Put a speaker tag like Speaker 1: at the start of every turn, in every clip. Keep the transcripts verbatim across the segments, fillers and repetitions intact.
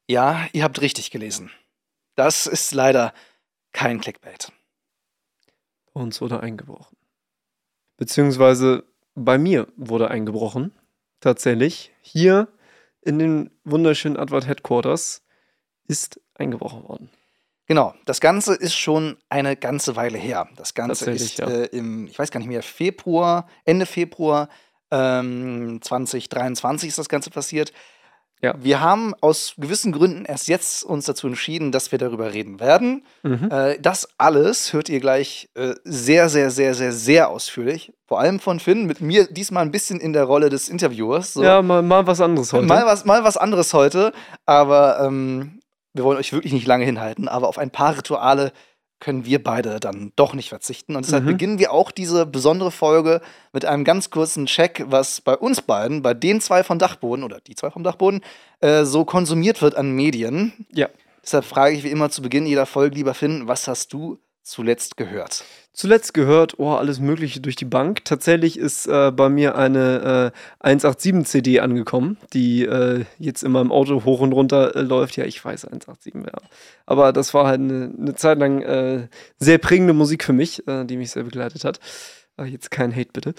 Speaker 1: Ja, ihr habt richtig gelesen. Das ist leider kein Clickbait.
Speaker 2: Bei uns wurde eingebrochen. Beziehungsweise bei mir wurde eingebrochen. Tatsächlich. Hier in den wunderschönen Advert Headquarters ist eingebrochen worden.
Speaker 1: Genau, das Ganze ist schon eine ganze Weile her. Das Ganze
Speaker 2: Tatsächlich,
Speaker 1: ist
Speaker 2: ja.
Speaker 1: äh, im, ich weiß gar nicht mehr, Februar, Ende Februar ähm, zwanzig dreiundzwanzig ist das Ganze passiert.
Speaker 2: Ja.
Speaker 1: Wir haben aus gewissen Gründen erst jetzt uns dazu entschieden, dass wir darüber reden werden.
Speaker 2: Mhm.
Speaker 1: Äh, das alles hört ihr gleich äh, sehr, sehr, sehr, sehr, sehr ausführlich. Vor allem von Finn, mit mir diesmal ein bisschen in der Rolle des Interviewers. So.
Speaker 2: Ja, mal, mal was anderes heute.
Speaker 1: Mal was, mal was anderes heute, aber ähm, wir wollen euch wirklich nicht lange hinhalten, aber auf ein paar Rituale können wir beide dann doch nicht verzichten. Und deshalb
Speaker 2: Mhm.
Speaker 1: beginnen wir auch diese besondere Folge mit einem ganz kurzen Check, was bei uns beiden, bei den zwei von Dachboden oder die zwei vom Dachboden, äh, so konsumiert wird an Medien.
Speaker 2: Ja.
Speaker 1: Deshalb frage ich wie immer zu Beginn jeder Folge, lieber Finn, was hast du zuletzt gehört?
Speaker 2: Zuletzt gehört, oh, alles Mögliche durch die Bank. Tatsächlich ist äh, bei mir eine äh, hundertsiebenundachtzig C D angekommen, die äh, jetzt in meinem Auto hoch und runter äh, läuft. Ja, ich weiß, hundertsiebenundachtzig, ja. Aber das war halt eine, eine Zeit lang äh, sehr prägende Musik für mich, äh, die mich sehr begleitet hat. Äh, jetzt kein Hate, bitte.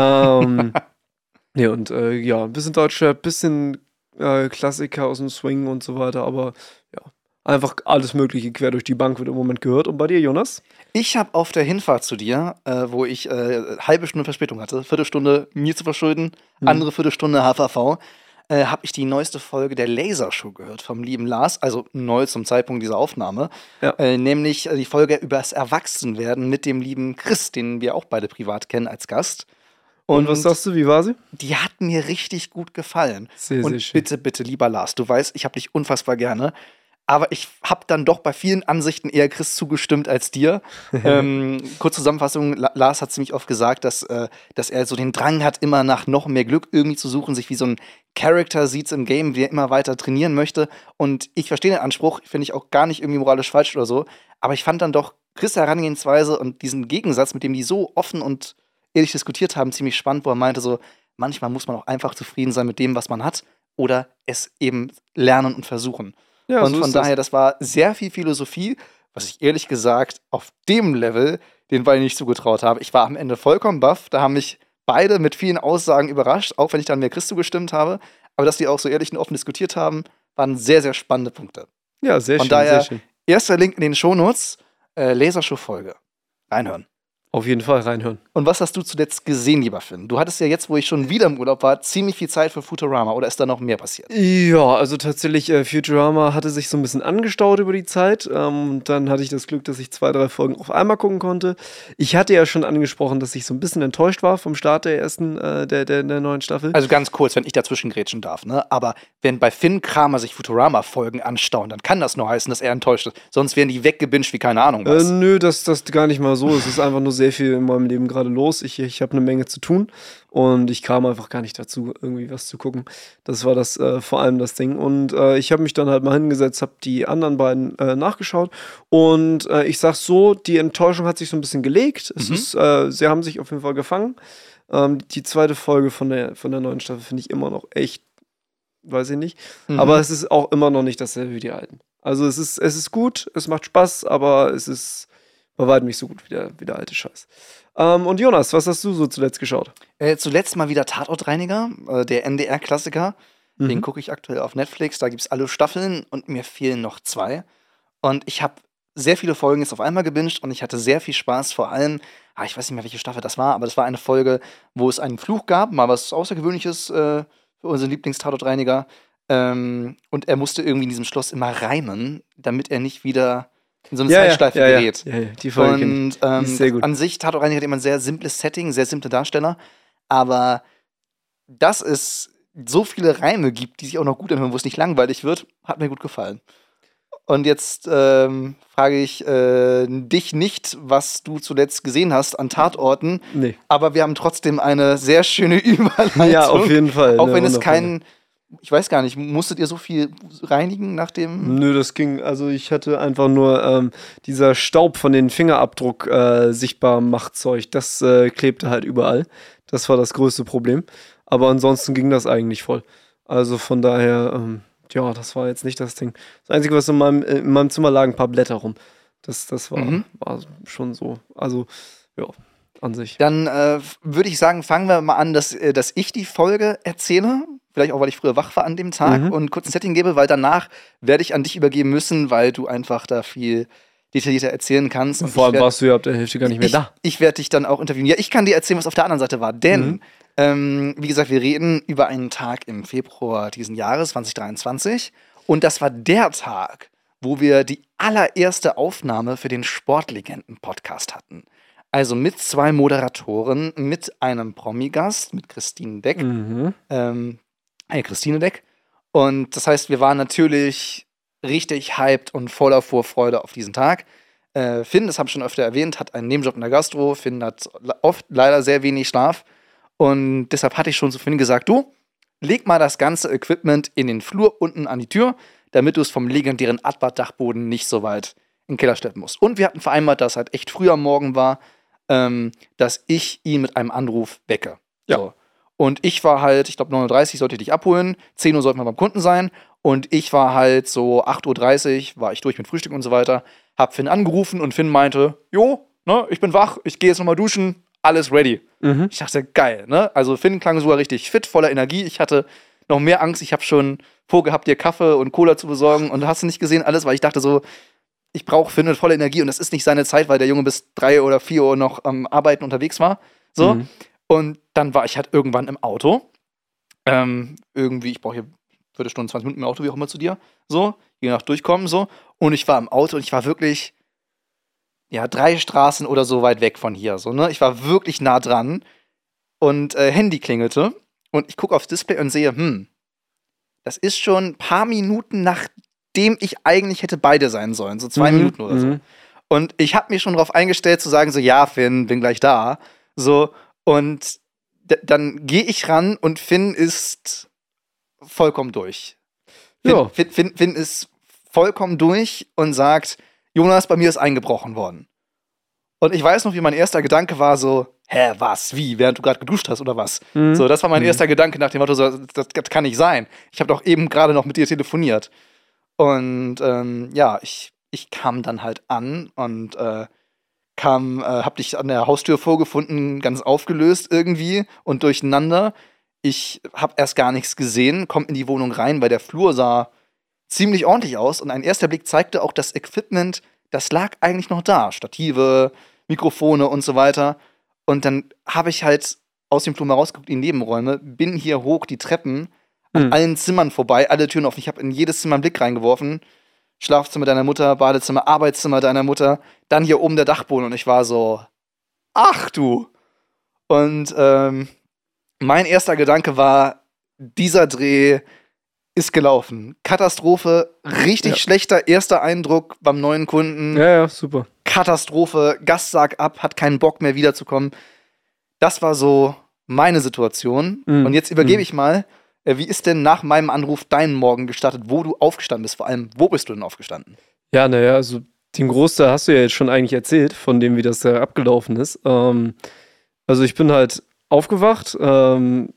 Speaker 2: Ähm, nee, und äh, ja, ein bisschen Deutscher, ein bisschen äh, Klassiker aus dem Swing und so weiter, aber ja. Einfach alles Mögliche quer durch die Bank wird im Moment gehört. Und bei dir, Jonas?
Speaker 1: Ich habe auf der Hinfahrt zu dir, äh, wo ich äh, halbe Stunde Verspätung hatte, Viertelstunde mir zu verschulden,
Speaker 2: Hm.
Speaker 1: andere Viertelstunde H V V, äh, habe ich die neueste Folge der Lasershow gehört vom lieben Lars, also neu zum Zeitpunkt dieser Aufnahme,
Speaker 2: Ja.
Speaker 1: äh, nämlich äh, die Folge über das Erwachsenwerden mit dem lieben Chris, den wir auch beide privat kennen als Gast.
Speaker 2: Und, was sagst du, wie war sie?
Speaker 1: Die hat mir richtig gut gefallen.
Speaker 2: Sehr,
Speaker 1: Und
Speaker 2: sehr schön.
Speaker 1: bitte, bitte, lieber Lars, du weißt, ich habe dich unfassbar gerne. Aber ich habe dann doch bei vielen Ansichten eher Chris zugestimmt als dir. ähm, kurze Zusammenfassung, La Lars hat ziemlich oft gesagt, dass, äh, dass er so den Drang hat, immer nach noch mehr Glück irgendwie zu suchen, sich wie so ein Character sieht im Game, wie er immer weiter trainieren möchte. Und ich verstehe den Anspruch, finde ich auch gar nicht irgendwie moralisch falsch oder so. Aber ich fand dann doch Chris' Herangehensweise und diesen Gegensatz, mit dem die so offen und ehrlich diskutiert haben, ziemlich spannend, wo er meinte so, manchmal muss man auch einfach zufrieden sein mit dem, was man hat oder es eben lernen und versuchen.
Speaker 2: Ja,
Speaker 1: und
Speaker 2: so
Speaker 1: von
Speaker 2: ist das.
Speaker 1: daher, das war sehr viel Philosophie, was ich ehrlich gesagt auf dem Level den beiden nicht zugetraut habe. Ich war am Ende vollkommen baff. Da haben mich beide mit vielen Aussagen überrascht, auch wenn ich dann mehr Chris zugestimmt habe. Aber dass die auch so ehrlich und offen diskutiert haben, waren sehr, sehr spannende Punkte.
Speaker 2: Ja, sehr
Speaker 1: Von
Speaker 2: schön,
Speaker 1: daher,
Speaker 2: sehr schön.
Speaker 1: erster Link in den Shownotes, äh, Lasershow-Folge. Reinhören.
Speaker 2: Auf jeden Fall reinhören.
Speaker 1: Und was hast du zuletzt gesehen, lieber Finn? Du hattest ja jetzt, wo ich schon wieder im Urlaub war, ziemlich viel Zeit für Futurama. Oder ist da noch mehr passiert?
Speaker 2: Ja, also tatsächlich, äh, Futurama hatte sich so ein bisschen angestaut über die Zeit. Ähm, und dann hatte ich das Glück, dass ich zwei, drei Folgen auf einmal gucken konnte. Ich hatte ja schon angesprochen, dass ich so ein bisschen enttäuscht war vom Start der ersten, äh, der, der, der neuen Staffel.
Speaker 1: Also ganz kurz, wenn ich dazwischen grätschen darf, ne? Aber wenn bei Finn Kramer sich Futurama-Folgen anstauen, dann kann das nur heißen, dass er enttäuscht ist. Sonst wären die weggebinged wie keine Ahnung
Speaker 2: Äh,
Speaker 1: was.
Speaker 2: nö, das, das gar nicht mal so. Es ist einfach nur sehr viel in meinem Leben gerade los. Ich, ich habe eine Menge zu tun und ich kam einfach gar nicht dazu, irgendwie was zu gucken. Das war das äh, vor allem das Ding. Und äh, ich habe mich dann halt mal hingesetzt, habe die anderen beiden äh, nachgeschaut und äh, ich sag so, die Enttäuschung hat sich so ein bisschen gelegt. Es
Speaker 1: Mhm.
Speaker 2: ist, äh, sie haben sich auf jeden Fall gefangen. Ähm, die zweite Folge von der, von der neuen Staffel finde ich immer noch echt, weiß ich nicht.
Speaker 1: Mhm.
Speaker 2: Aber es ist auch immer noch nicht dasselbe wie die alten. Also es ist, es ist gut, es macht Spaß, aber es ist bei weitem nicht so gut wie der, wie der alte Scheiß. Ähm, und Jonas, was hast du so zuletzt geschaut?
Speaker 1: Äh, zuletzt mal wieder Tatortreiniger, äh, der N D R-Klassiker. Den
Speaker 2: Mhm.
Speaker 1: gucke ich aktuell auf Netflix. Da gibt es alle Staffeln und mir fehlen noch zwei. Und ich habe sehr viele Folgen jetzt auf einmal gebinged und ich hatte sehr viel Spaß. Vor allem, ah, ich weiß nicht mehr, welche Staffel das war, aber das war eine Folge, wo es einen Fluch gab, mal was Außergewöhnliches äh, für unseren Lieblingstatortreiniger. Ähm, und er musste irgendwie in diesem Schloss immer reimen, damit er nicht wieder in so eine Zeitschleife
Speaker 2: ja, ja,
Speaker 1: gerät.
Speaker 2: ja, ja, die Folge kenn ich.
Speaker 1: Und
Speaker 2: Die
Speaker 1: ähm,
Speaker 2: ist sehr gut.
Speaker 1: an sich, Tatortreiniger hat immer ein sehr simples Setting, sehr simple Darsteller. Aber dass es so viele Reime gibt, die sich auch noch gut anhören, wo es nicht langweilig wird, hat mir gut gefallen. Und jetzt ähm, frage ich äh, dich nicht, was du zuletzt gesehen hast an Tatorten,
Speaker 2: Nee.
Speaker 1: aber wir haben trotzdem eine sehr schöne Überleitung.
Speaker 2: Ja, auf jeden Fall.
Speaker 1: Auch
Speaker 2: ne,
Speaker 1: wenn es
Speaker 2: wundervoll.
Speaker 1: kein, ich weiß gar nicht, musstet ihr so viel reinigen nach dem?
Speaker 2: Nö, das ging, also ich hatte einfach nur ähm, dieser Staub von den Fingerabdruck äh, sichtbar macht Zeug, das äh, klebte halt überall. Das war das größte Problem. Aber ansonsten ging das eigentlich voll. Also von daher, ähm, ja, das war jetzt nicht das Ding. Das Einzige, was in meinem, in meinem Zimmer lagen, ein paar Blätter rum. Das, das war,
Speaker 1: Mhm.
Speaker 2: war schon so. Also, ja, an sich.
Speaker 1: Dann äh, würde ich sagen, fangen wir mal an, dass, äh, dass ich die Folge erzähle. Vielleicht auch, weil ich früher wach war an dem Tag
Speaker 2: Mhm.
Speaker 1: und kurz ein Setting gebe, weil danach werde ich an dich übergeben müssen, weil du einfach da viel detaillierter erzählen kannst. Und
Speaker 2: Vor allem
Speaker 1: ich werd-
Speaker 2: warst du ja ab der Hälfte gar nicht mehr
Speaker 1: ich,
Speaker 2: da.
Speaker 1: Ich werde dich dann auch interviewen. Ja, ich kann dir erzählen, was auf der anderen Seite war. Denn,
Speaker 2: Mhm.
Speaker 1: ähm, wie gesagt, wir reden über einen Tag im Februar diesen Jahres, zwanzig dreiundzwanzig. Und das war der Tag, wo wir die allererste Aufnahme für den Sportlegenden-Podcast hatten. Also mit zwei Moderatoren, mit einem Promi-Gast, mit Christine Deck.
Speaker 2: Mhm.
Speaker 1: Ähm, hey, Christine Deck. Und das heißt, wir waren natürlich richtig hyped und voller Vorfreude auf diesen Tag. Äh, Finn, das habe ich schon öfter erwähnt, hat einen Nebenjob in der Gastro. Finn hat le- oft leider sehr wenig Schlaf. Und deshalb hatte ich schon zu Finn gesagt, du, leg mal das ganze Equipment in den Flur unten an die Tür, damit du es vom legendären Adbad-Dachboden nicht so weit in den Keller schleppen musst. Und wir hatten vereinbart, dass es halt echt früh am Morgen war, ähm, dass ich ihn mit einem Anruf wecke.
Speaker 2: Ja.
Speaker 1: So. Und ich war halt, ich glaube neun Uhr dreißig sollte ich dich abholen, zehn Uhr sollten wir beim Kunden sein. Und ich war halt so acht Uhr dreißig, war ich durch mit Frühstück und so weiter, hab Finn angerufen und Finn meinte, jo, ne, ich bin wach, ich gehe jetzt nochmal duschen, alles ready.
Speaker 2: Mhm.
Speaker 1: Ich dachte, geil, ne? Also Finn klang sogar richtig fit, voller Energie. Ich hatte noch mehr Angst, ich habe schon vorgehabt, dir Kaffee und Cola zu besorgen und hast du nicht gesehen, alles, weil ich dachte so, ich brauche Finn mit voller Energie und das ist nicht seine Zeit, weil der Junge bis drei oder vier Uhr noch am Arbeiten unterwegs war. So.
Speaker 2: Mhm.
Speaker 1: Und dann war ich halt irgendwann im Auto. Ähm, irgendwie, ich brauche hier Viertelstunde, zwanzig Minuten im Auto, wie auch immer zu dir. So, je nach Durchkommen, so. Und ich war im Auto und ich war wirklich, ja, drei Straßen oder so weit weg von hier. So, ne? Ich war wirklich nah dran. Und äh, Handy klingelte. Und ich gucke aufs Display und sehe, hm, das ist schon ein paar Minuten nachdem ich eigentlich hätte beide sein sollen. So zwei
Speaker 2: Mhm.
Speaker 1: Minuten oder so.
Speaker 2: Mhm.
Speaker 1: Und ich habe mich schon darauf eingestellt, zu sagen, so, ja, Finn, bin gleich da. So, und d- dann gehe ich ran und Finn ist vollkommen durch. Finn,
Speaker 2: Ja.
Speaker 1: Finn, Finn, Finn ist vollkommen durch und sagt, Jonas, bei mir ist eingebrochen worden. Und ich weiß noch, wie mein erster Gedanke war so, hä, was, wie, während du gerade geduscht hast oder was?
Speaker 2: Mhm.
Speaker 1: So, das war mein
Speaker 2: Mhm.
Speaker 1: erster Gedanke nach dem Motto, so, das, das kann nicht sein. Ich habe doch eben gerade noch mit dir telefoniert. Und ähm, ja, ich, ich kam dann halt an und äh, kam, äh, hab dich an der Haustür vorgefunden, ganz aufgelöst irgendwie und durcheinander. Ich hab erst gar nichts gesehen, komm in die Wohnung rein, weil der Flur sah ziemlich ordentlich aus und ein erster Blick zeigte auch, das Equipment, das lag eigentlich noch da. Stative, Mikrofone und so weiter. Und dann habe ich halt aus dem Flur mal rausgeguckt in die Nebenräume, bin hier hoch die Treppen, an
Speaker 2: Mhm.
Speaker 1: allen Zimmern vorbei, alle Türen offen. Ich habe in jedes Zimmer einen Blick reingeworfen. Schlafzimmer deiner Mutter, Badezimmer, Arbeitszimmer deiner Mutter, dann hier oben der Dachboden und ich war so, ach du. Und ähm, mein erster Gedanke war, dieser Dreh ist gelaufen. Katastrophe, richtig
Speaker 2: Ja.
Speaker 1: schlechter erster Eindruck beim neuen Kunden.
Speaker 2: Ja, ja, super.
Speaker 1: Katastrophe, Gast sagt ab, hat keinen Bock mehr wiederzukommen. Das war so meine Situation.
Speaker 2: Mhm.
Speaker 1: Und jetzt übergebe
Speaker 2: Mhm.
Speaker 1: ich mal, äh, wie ist denn nach meinem Anruf dein Morgen gestartet, wo du aufgestanden bist? Vor allem, wo bist du denn aufgestanden?
Speaker 2: Ja, naja, also den Großteil hast du ja jetzt schon eigentlich erzählt, von dem, wie das da abgelaufen ist. Ähm, also ich bin halt aufgewacht, ähm,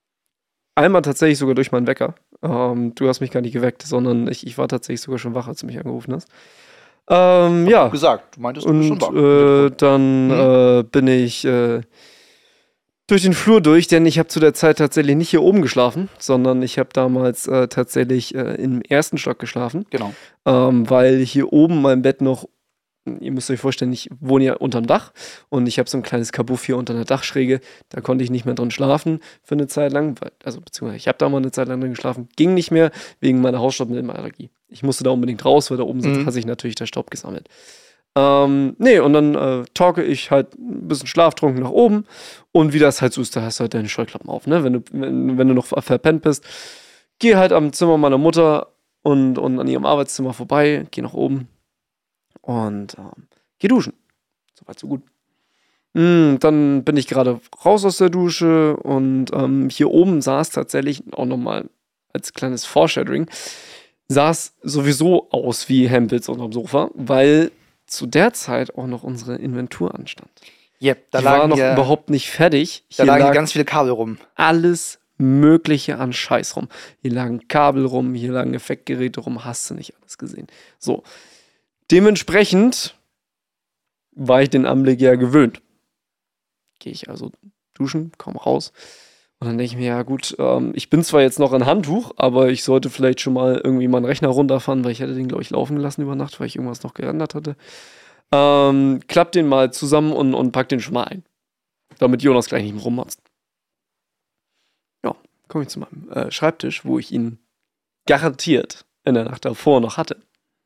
Speaker 2: einmal tatsächlich sogar durch meinen Wecker. Ähm, du hast mich gar nicht geweckt, sondern ich, ich war tatsächlich sogar schon wach, als du mich angerufen hast. Ähm, ja,
Speaker 1: Gesagt, du meintest, du bist
Speaker 2: und
Speaker 1: schon wach.
Speaker 2: äh, dann
Speaker 1: Mhm.
Speaker 2: äh, bin ich äh, durch den Flur durch, denn ich habe zu der Zeit tatsächlich nicht hier oben geschlafen, sondern ich habe damals äh, tatsächlich äh, im ersten Stock geschlafen.
Speaker 1: Genau.
Speaker 2: Ähm, weil hier oben mein Bett noch, ihr müsst euch vorstellen, ich wohne ja unterm Dach und ich habe so ein kleines Kabuff hier unter einer Dachschräge, da konnte ich nicht mehr drin schlafen für eine Zeit lang, weil, also beziehungsweise ich habe da mal eine Zeit lang drin geschlafen, ging nicht mehr wegen meiner Hausstaubmilbenallergie. Ich musste da unbedingt raus, weil da oben
Speaker 1: Mhm.
Speaker 2: hat sich natürlich der Staub gesammelt. Ähm, nee, und dann äh, talke ich halt ein bisschen schlaftrunken nach oben und wie das halt so ist, da hast du halt deine Scheuklappen auf, ne? Wenn du, wenn, wenn du noch verpennt bist, geh halt am Zimmer meiner Mutter und, und an ihrem Arbeitszimmer vorbei, geh nach oben und ähm, geh duschen. Soweit, so gut. Mm, dann bin ich gerade raus aus der Dusche und ähm, hier oben saß tatsächlich auch nochmal als kleines Foreshadowing, sah es sowieso aus wie Hempels unterm Sofa, weil zu der Zeit auch noch unsere Inventur anstand.
Speaker 1: Yep, da
Speaker 2: Die war
Speaker 1: lagen
Speaker 2: noch
Speaker 1: hier,
Speaker 2: überhaupt nicht fertig.
Speaker 1: da
Speaker 2: Hier
Speaker 1: lagen
Speaker 2: lag
Speaker 1: ganz viele Kabel rum.
Speaker 2: alles Mögliche an Scheiß rum. Hier lagen Kabel rum, hier lagen Effektgeräte rum, hast du nicht alles gesehen. So. Dementsprechend war ich den Anblick ja gewöhnt. Gehe ich also duschen, komm raus. Und dann denke ich mir, ja gut, ähm, ich bin zwar jetzt noch in Handtuch, aber ich sollte vielleicht schon mal irgendwie meinen Rechner runterfahren, weil ich hätte den, glaube ich, laufen gelassen über Nacht, weil ich irgendwas noch gerendert hatte. Ähm, klapp den mal zusammen und, und pack den schon mal ein. Damit Jonas gleich nicht mehr rummotzt. Ja, komme ich zu meinem äh, Schreibtisch, wo ich ihn garantiert in der Nacht davor noch hatte.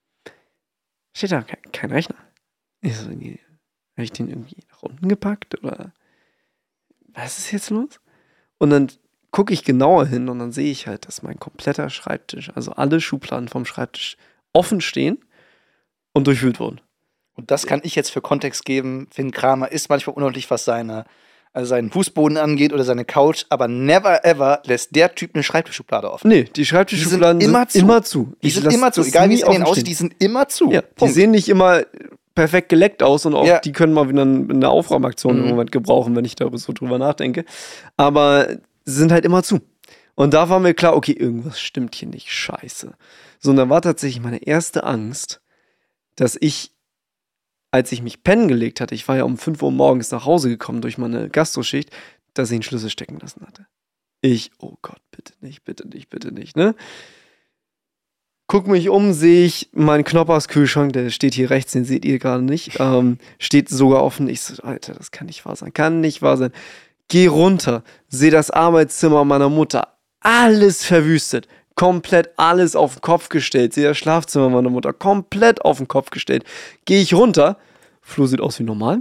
Speaker 2: Steht da kein, kein Rechner. Ich so, habe ich den irgendwie nach unten gepackt oder was ist jetzt los? Und dann gucke ich genauer hin und dann sehe ich halt, dass mein kompletter Schreibtisch, also alle Schubladen vom Schreibtisch offen stehen und durchwühlt wurden.
Speaker 1: Und das kann ich jetzt für Kontext geben. Finn Kramer ist manchmal unordentlich, was seine, also seinen Fußboden angeht oder seine Couch, aber never ever lässt der Typ eine Schreibtischschublade offen.
Speaker 2: Nee, die Schreibtischschubladen
Speaker 1: sind immer
Speaker 2: sind
Speaker 1: zu.
Speaker 2: immer zu.
Speaker 1: Die
Speaker 2: Ich
Speaker 1: sind
Speaker 2: lass
Speaker 1: immer zu,
Speaker 2: das
Speaker 1: egal wie
Speaker 2: nie
Speaker 1: es innen
Speaker 2: offen
Speaker 1: aussieht,
Speaker 2: stehen.
Speaker 1: die sind immer zu.
Speaker 2: Ja, die
Speaker 1: Punkt.
Speaker 2: sehen nicht immer perfekt geleckt aus und auch
Speaker 1: Ja.
Speaker 2: die können mal wieder eine Aufräumaktion
Speaker 1: Mhm.
Speaker 2: im Moment gebrauchen, wenn ich darüber so drüber nachdenke. Aber sie sind halt immer zu. Und da war mir klar, okay, irgendwas stimmt hier nicht, scheiße. So, und dann war tatsächlich meine erste Angst, dass ich, als ich mich pennen gelegt hatte, ich war ja um fünf Uhr morgens nach Hause gekommen durch meine Gastroschicht, dass ich einen Schlüssel stecken lassen hatte. Ich, oh Gott, bitte nicht, bitte nicht, bitte nicht, ne? Guck mich um, sehe ich meinen Knoppers-Kühlschrank, der steht hier rechts, den seht ihr gerade nicht, ähm, steht sogar offen. Ich so, Alter, das kann nicht wahr sein, kann nicht wahr sein. Geh runter, sehe das Arbeitszimmer meiner Mutter, alles verwüstet, komplett alles auf den Kopf gestellt, sehe das Schlafzimmer meiner Mutter, komplett auf den Kopf gestellt. Gehe ich runter, Flur sieht aus wie normal.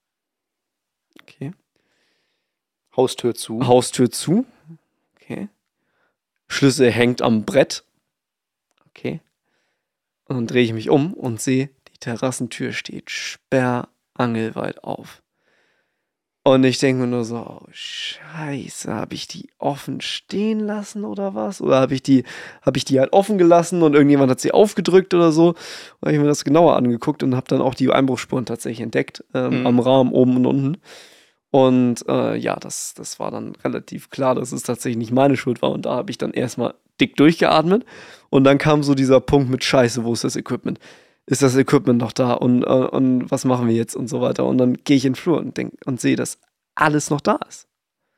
Speaker 2: Okay.
Speaker 1: Haustür zu.
Speaker 2: Haustür zu. Okay. Schlüssel hängt am Brett. Okay. Und dann drehe ich mich um und sehe, die Terrassentür steht sperrangelweit auf. Und ich denke mir nur so, oh Scheiße, habe ich die offen stehen lassen oder was? Oder habe ich die, habe ich die halt offen gelassen und irgendjemand hat sie aufgedrückt oder so? Und habe ich mir das genauer angeguckt und habe dann auch die Einbruchsspuren tatsächlich entdeckt, ähm,
Speaker 1: Mhm.
Speaker 2: am Rahmen oben und unten. Und äh, ja, das, das war dann relativ klar, dass es tatsächlich nicht meine Schuld war. Und da habe ich dann erstmal dick durchgeatmet. Und dann kam so dieser Punkt mit Scheiße, wo ist das Equipment? Ist das Equipment noch da? Und, äh, und was machen wir jetzt? Und so weiter. Und dann gehe ich in den Flur und, denk, und sehe, dass alles noch da ist.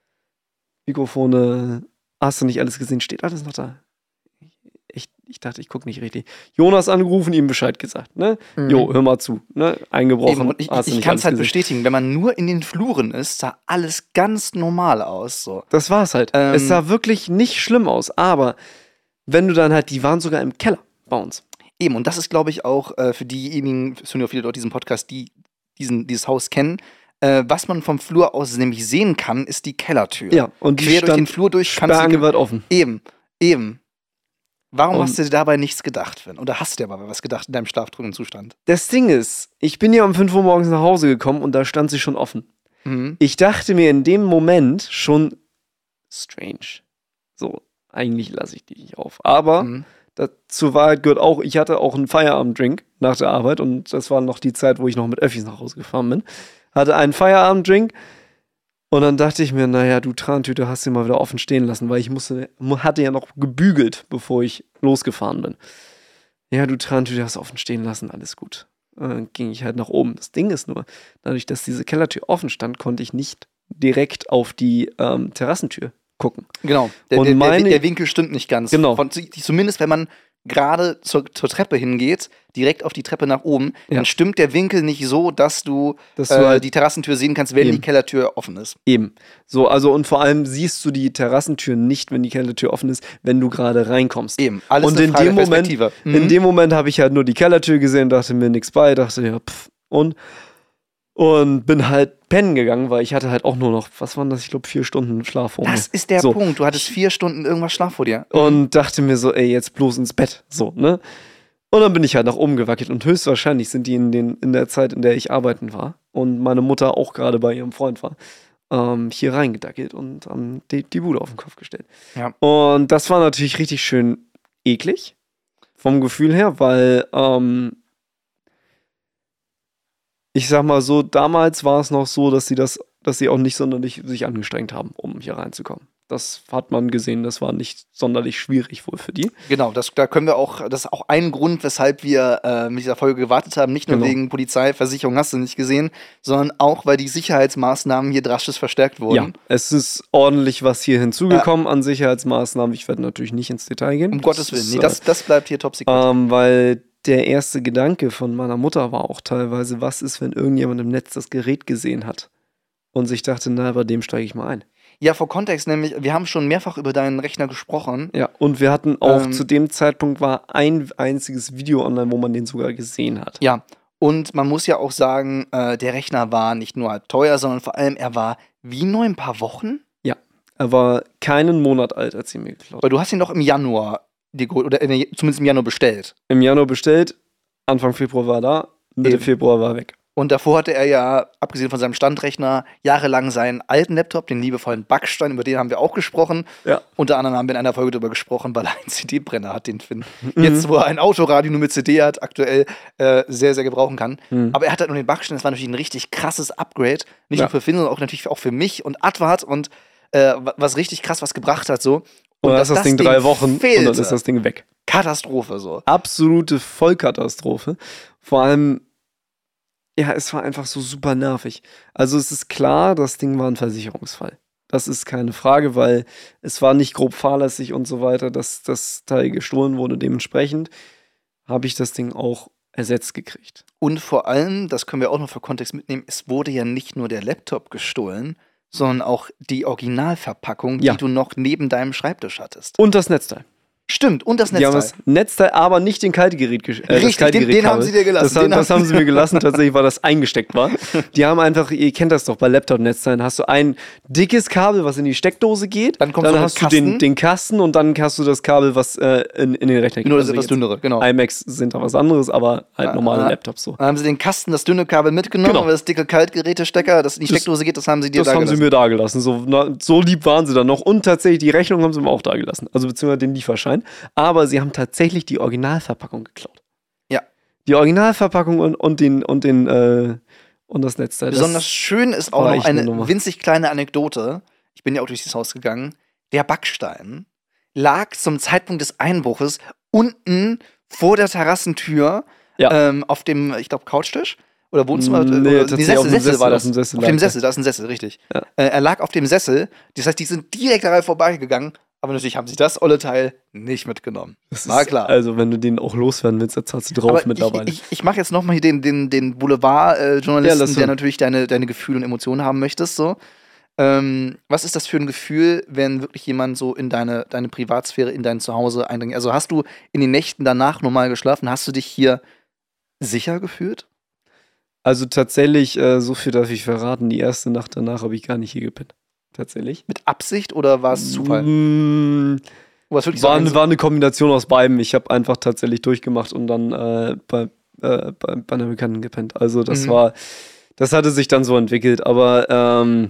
Speaker 2: Mikrofone, hast du nicht alles gesehen? Steht alles noch da. Ich, ich dachte, ich gucke nicht richtig. Jonas angerufen, ihm Bescheid gesagt. Ne?
Speaker 1: Mhm.
Speaker 2: Jo, hör mal zu. Ne? Eingebrochen.
Speaker 1: Eben, und ich,
Speaker 2: hast du
Speaker 1: ich
Speaker 2: nicht
Speaker 1: kann
Speaker 2: alles
Speaker 1: es halt
Speaker 2: gesehen.
Speaker 1: bestätigen, wenn man nur in den Fluren ist, sah alles ganz normal aus. So.
Speaker 2: Das war's halt.
Speaker 1: Ähm,
Speaker 2: es sah wirklich nicht schlimm aus, aber wenn du dann halt, die waren sogar im Keller bei uns.
Speaker 1: Eben, und das ist, glaube ich, auch äh, für diejenigen, es hören ja auch viele dort diesen Podcast, die diesen, dieses Haus kennen, äh, was man vom Flur aus nämlich sehen kann, ist die Kellertür.
Speaker 2: Ja, und die
Speaker 1: Quer durch den
Speaker 2: stand
Speaker 1: Flur durch kannst du.
Speaker 2: sperrangelweit offen.
Speaker 1: Eben, eben. Warum
Speaker 2: Und-
Speaker 1: hast du dir dabei nichts gedacht, Finn? Oder hast du dir dabei was gedacht in deinem schlaftrunken Zustand?
Speaker 2: Das Ding ist, ich bin ja um fünf Uhr morgens nach Hause gekommen und da stand sie schon offen.
Speaker 1: Mhm.
Speaker 2: Ich dachte mir in dem Moment schon, strange. So, eigentlich lasse ich die nicht auf. Aber
Speaker 1: Mhm.
Speaker 2: da, zur Wahrheit gehört auch, ich hatte auch einen Feierabenddrink nach der Arbeit und das war noch die Zeit, wo ich noch mit Öffis nach Hause gefahren bin. Hatte einen Feierabenddrink und dann dachte ich mir, naja, du Trantüte hast sie mal wieder offen stehen lassen, weil ich musste, hatte ja noch gebügelt, bevor ich losgefahren bin. Ja, du Trantüte hast offen stehen lassen, alles gut. Und dann ging ich halt nach oben. Das Ding ist nur, dadurch, dass diese Kellertür offen stand, konnte ich nicht direkt auf die ähm, Terrassentür gucken.
Speaker 1: Genau. Der,
Speaker 2: Und
Speaker 1: der,
Speaker 2: meine-
Speaker 1: der, der Winkel stimmt nicht ganz.
Speaker 2: Genau.
Speaker 1: Von, zumindest wenn man gerade zur, zur Treppe hingeht, direkt auf die Treppe nach oben,
Speaker 2: Ja.
Speaker 1: dann stimmt der Winkel nicht so, dass du,
Speaker 2: Dass
Speaker 1: äh,
Speaker 2: du halt
Speaker 1: die Terrassentür sehen kannst, wenn
Speaker 2: Eben.
Speaker 1: die Kellertür offen ist.
Speaker 2: Eben. So, also und vor allem siehst du die Terrassentür nicht, wenn die Kellertür offen ist, wenn du gerade reinkommst.
Speaker 1: Eben. Alles
Speaker 2: Und
Speaker 1: eine
Speaker 2: in
Speaker 1: Frage
Speaker 2: dem
Speaker 1: der
Speaker 2: Moment,
Speaker 1: Perspektive.
Speaker 2: in
Speaker 1: Mhm.
Speaker 2: dem Moment habe ich halt nur die Kellertür gesehen, dachte mir nichts bei, dachte ja, pff, und und bin halt pennen gegangen, weil ich hatte halt auch nur noch, was waren das, ich glaube vier Stunden Schlaf vor mir.
Speaker 1: Das ist der
Speaker 2: So.
Speaker 1: Punkt. Du hattest vier Stunden irgendwas Schlaf vor dir.
Speaker 2: Und dachte mir so, ey, jetzt bloß ins Bett, so, ne? Und dann bin ich halt nach oben gewackelt und höchstwahrscheinlich sind die in, den, in der Zeit, in der ich arbeiten war und meine Mutter auch gerade bei ihrem Freund war, ähm, hier reingedackelt und ähm, die, die Bude auf den Kopf gestellt.
Speaker 1: Ja.
Speaker 2: Und das war natürlich richtig schön eklig vom Gefühl her, weil ähm, ich sag mal so, damals war es noch so, dass sie das, dass sie auch nicht sonderlich sich angestrengt haben, um hier reinzukommen. das hat man gesehen, das war nicht sonderlich schwierig wohl für die.
Speaker 1: Genau, das, da können wir auch, das ist auch ein Grund, weshalb wir äh, mit dieser Folge gewartet haben. Nicht nur
Speaker 2: Genau.
Speaker 1: wegen Polizei, Versicherung, hast du nicht gesehen, sondern auch, weil die Sicherheitsmaßnahmen hier drastisch verstärkt wurden.
Speaker 2: Ja, es ist ordentlich was hier hinzugekommen ja. an Sicherheitsmaßnahmen. Ich werde natürlich nicht ins Detail gehen.
Speaker 1: Um Gottes Willen, nee, das, das bleibt hier top secret.
Speaker 2: Ähm, weil der erste Gedanke von meiner Mutter war auch teilweise, was ist, wenn irgendjemand im Netz das Gerät gesehen hat und sich dachte, na, bei dem steige ich mal ein.
Speaker 1: Ja, vor Kontext nämlich, wir haben schon mehrfach über deinen Rechner gesprochen.
Speaker 2: Ja, und wir hatten auch,
Speaker 1: ähm,
Speaker 2: zu dem Zeitpunkt war ein einziges Video online, wo man den sogar gesehen hat.
Speaker 1: Ja, und man muss ja auch sagen, äh, der Rechner war nicht nur halb teuer, sondern vor allem, er war wie neu, ein paar Wochen?
Speaker 2: Ja, er war keinen Monat alt, als sie mir geklaut.
Speaker 1: Weil du hast ihn doch im Januar, dir geholt, oder in, zumindest im Januar bestellt.
Speaker 2: Im Januar bestellt, Anfang Februar war er da, Mitte Eben. Februar war er weg.
Speaker 1: Und davor hatte er ja, abgesehen von seinem Standrechner, jahrelang seinen alten Laptop, den liebevollen Backstein, über den haben wir auch gesprochen.
Speaker 2: Ja.
Speaker 1: Unter anderem haben wir in einer Folge darüber gesprochen, weil er einen C D-Brenner hat, den Finn mhm. jetzt, wo er ein Autoradio nur mit C D hat, aktuell äh, sehr, sehr gebrauchen kann. Mhm. Aber er hat halt nur den Backstein, das war natürlich ein richtig krasses Upgrade. Nicht ja. nur für Finn, sondern auch natürlich auch für mich und Advart und äh, was richtig krass was gebracht hat. So.
Speaker 2: Und, und dann ist das, das Ding drei Wochen fehlte. Und dann ist das Ding weg.
Speaker 1: Katastrophe so.
Speaker 2: Absolute Vollkatastrophe. Vor allem ja, es war einfach so super nervig. Also es ist klar, das Ding war ein Versicherungsfall. Das ist keine Frage, weil es war nicht grob fahrlässig und so weiter, dass das Teil gestohlen wurde. Dementsprechend habe ich das Ding auch ersetzt gekriegt.
Speaker 1: Und vor allem, das können wir auch noch für Kontext mitnehmen, es wurde ja nicht nur der Laptop gestohlen, sondern auch die Originalverpackung,
Speaker 2: ja.
Speaker 1: die du noch neben deinem Schreibtisch hattest.
Speaker 2: Und das Netzteil.
Speaker 1: Stimmt, und das Netzteil.
Speaker 2: Die haben das Netzteil, aber nicht den Kaltgerät äh,
Speaker 1: Richtig,
Speaker 2: Kalte
Speaker 1: den, den haben sie dir gelassen.
Speaker 2: Das, haben, das haben sie mir gelassen, tatsächlich, weil das eingesteckt war. Die haben einfach, ihr kennt das doch bei Laptop-Netzteilen, hast du ein dickes Kabel, was in die Steckdose geht,
Speaker 1: dann,
Speaker 2: dann hast du den, den Kasten und dann hast du das Kabel, was äh, in, in den Rechner geht.
Speaker 1: Nur das also ist etwas dünnere, genau.
Speaker 2: iMacs sind da was anderes, aber halt
Speaker 1: ja,
Speaker 2: normale
Speaker 1: ja.
Speaker 2: Laptops so.
Speaker 1: Dann haben sie den Kasten, das dünne Kabel mitgenommen,
Speaker 2: genau.
Speaker 1: aber das dicke Kaltgerätestecker, das in die Steckdose geht, das haben sie dir
Speaker 2: das
Speaker 1: da
Speaker 2: gelassen. Das haben sie mir da gelassen. So, na, so lieb waren sie dann noch. Und tatsächlich, die Rechnung haben sie mir auch da gelassen. Also beziehungsweise den Lieferschein. Aber sie haben tatsächlich die Originalverpackung geklaut.
Speaker 1: Ja.
Speaker 2: Die Originalverpackung und, und den, und den, äh, und das Netzteil.
Speaker 1: Besonders
Speaker 2: das
Speaker 1: schön ist auch noch eine, eine winzig kleine Anekdote. Ich bin ja auch durch das Haus gegangen. Der Backstein lag zum Zeitpunkt des Einbruches unten vor der Terrassentür
Speaker 2: ja.
Speaker 1: ähm, auf dem, ich glaube, Couchtisch. Oder Wohnzimmer?
Speaker 2: Nee,
Speaker 1: oder,
Speaker 2: nee
Speaker 1: Sessel, Sessel, Sessel war das.
Speaker 2: Auf dem Sessel,
Speaker 1: auf dem Sessel, da ist ein Sessel, richtig.
Speaker 2: Ja.
Speaker 1: Äh, er lag auf dem Sessel. Das heißt, die sind direkt daran vorbeigegangen. Aber natürlich haben sie das olle Teil nicht mitgenommen.
Speaker 2: Das
Speaker 1: war
Speaker 2: ist,
Speaker 1: klar.
Speaker 2: Also, wenn du den auch loswerden willst, dann zahlst du drauf
Speaker 1: aber
Speaker 2: mittlerweile.
Speaker 1: Ich, ich, ich mache jetzt nochmal hier den, den, den Boulevard-Journalisten,
Speaker 2: ja,
Speaker 1: der natürlich deine, deine Gefühle und Emotionen haben möchtest. So. Ähm, was ist das für ein Gefühl, wenn wirklich jemand so in deine, deine Privatsphäre, in dein Zuhause eindringt? Also hast du in den Nächten danach normal geschlafen? Hast du dich hier sicher gefühlt?
Speaker 2: Also tatsächlich, äh, so viel darf ich verraten, die erste Nacht danach habe ich gar nicht hier gepennt. Tatsächlich.
Speaker 1: Mit Absicht oder war es Zufall?
Speaker 2: Mm, war,
Speaker 1: so
Speaker 2: eine, war eine Kombination aus beidem. Ich habe einfach tatsächlich durchgemacht und dann äh, bei, äh, bei, bei einer Bekannten gepennt. Also das mhm. war, das hatte sich dann so entwickelt. Aber ähm,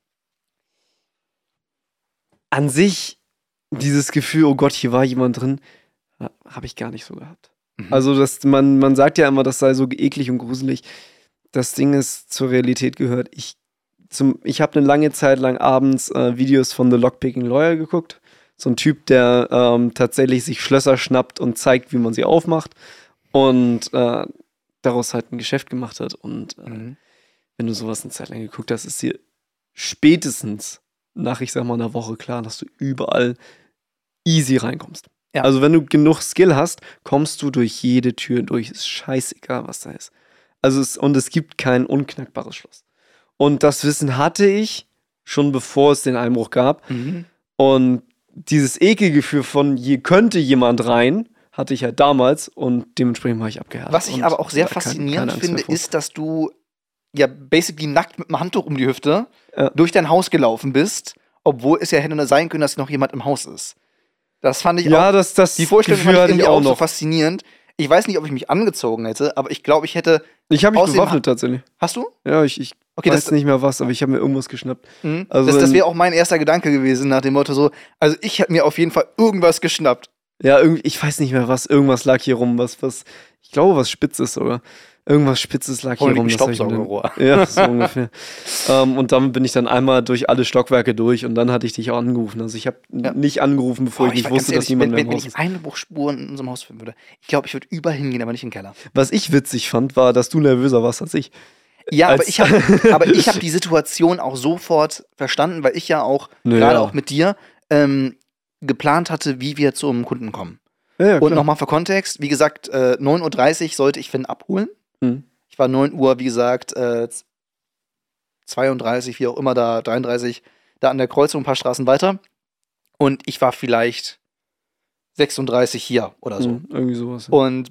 Speaker 2: an sich, dieses Gefühl, oh Gott, hier war jemand drin, habe ich gar nicht so gehabt. Mhm. Also das, man, man sagt ja immer, das sei so eklig und gruselig. Das Ding ist, zur Realität gehört. Ich Zum, ich habe eine lange Zeit lang abends äh, Videos von The Lockpicking Lawyer geguckt. So ein Typ, der ähm, tatsächlich sich Schlösser schnappt und zeigt, wie man sie aufmacht. Und äh, daraus halt ein Geschäft gemacht hat. Und äh, mhm. wenn du sowas eine Zeit lang geguckt hast, ist dir spätestens nach, ich sag mal, einer Woche klar, dass du überall easy reinkommst. Ja. Also wenn du genug Skill hast, kommst du durch jede Tür durch. Ist scheißegal, was da ist. Also es, und es gibt kein unknackbares Schloss. Und das Wissen hatte ich schon bevor es den Einbruch gab. Mhm. Und dieses Ekelgefühl von, hier könnte jemand rein, hatte ich halt damals und dementsprechend war ich abgehärtet.
Speaker 1: Was ich aber auch sehr faszinierend keine, keine finde, ist, dass du ja basically nackt mit einem Handtuch um die Hüfte ja. durch dein Haus gelaufen bist, obwohl es ja hätte sein können, dass noch jemand im Haus ist. Das fand ich
Speaker 2: ja,
Speaker 1: auch,
Speaker 2: das, das
Speaker 1: die Vorstellung
Speaker 2: Gefühl
Speaker 1: fand ich
Speaker 2: hatte ich auch
Speaker 1: auch
Speaker 2: noch
Speaker 1: so faszinierend. Ich weiß nicht, ob ich mich angezogen hätte, aber ich glaube, ich hätte...
Speaker 2: Ich habe mich bewaffnet tatsächlich.
Speaker 1: Hast du?
Speaker 2: Ja, ich, ich okay, weiß das, nicht mehr was, aber ich habe mir irgendwas geschnappt.
Speaker 1: Mhm. Also das das wäre auch mein erster Gedanke gewesen, nach dem Motto so, also ich hätte mir auf jeden Fall irgendwas geschnappt.
Speaker 2: Ja, irgendwie, ich weiß nicht mehr was, irgendwas lag hier rum, was, was, ich glaube, was Spitzes sogar. Irgendwas Spitzes lag hier
Speaker 1: Hol
Speaker 2: rum.
Speaker 1: ein
Speaker 2: das hab ich mir-
Speaker 1: Staubsaugerrohr.
Speaker 2: Ja, so ungefähr. ähm, und dann bin ich dann einmal durch alle Stockwerke durch und dann hatte ich dich auch angerufen. Also ich habe
Speaker 1: Ja.
Speaker 2: nicht angerufen, bevor
Speaker 1: Boah,
Speaker 2: ich nicht
Speaker 1: war ganz
Speaker 2: wusste, dass
Speaker 1: ehrlich,
Speaker 2: niemand
Speaker 1: wenn,
Speaker 2: mehr
Speaker 1: wenn,
Speaker 2: im
Speaker 1: wenn
Speaker 2: Haus
Speaker 1: ich
Speaker 2: ist.
Speaker 1: Einbruchsspuren in unserem Haus finden würde, ich glaube, ich würde überall hingehen, aber nicht in den Keller.
Speaker 2: Was ich witzig fand, war, dass du nervöser warst als ich.
Speaker 1: Ja, aber
Speaker 2: Als-
Speaker 1: ich habe aber ich hab die Situation auch sofort verstanden, weil ich ja auch,
Speaker 2: Naja.
Speaker 1: gerade auch mit dir, ähm, geplant hatte, wie wir zum Kunden kommen.
Speaker 2: Ja, ja,
Speaker 1: Und nochmal für Kontext, wie gesagt, äh, neun Uhr dreißig sollte ich Finn abholen.
Speaker 2: Mhm.
Speaker 1: Ich war neun Uhr, wie gesagt, äh, zweiunddreißig, wie auch immer da, dreiunddreißig, da an der Kreuzung ein paar Straßen weiter. Und ich war vielleicht sechsunddreißig hier oder so.
Speaker 2: Mhm, irgendwie sowas.
Speaker 1: Und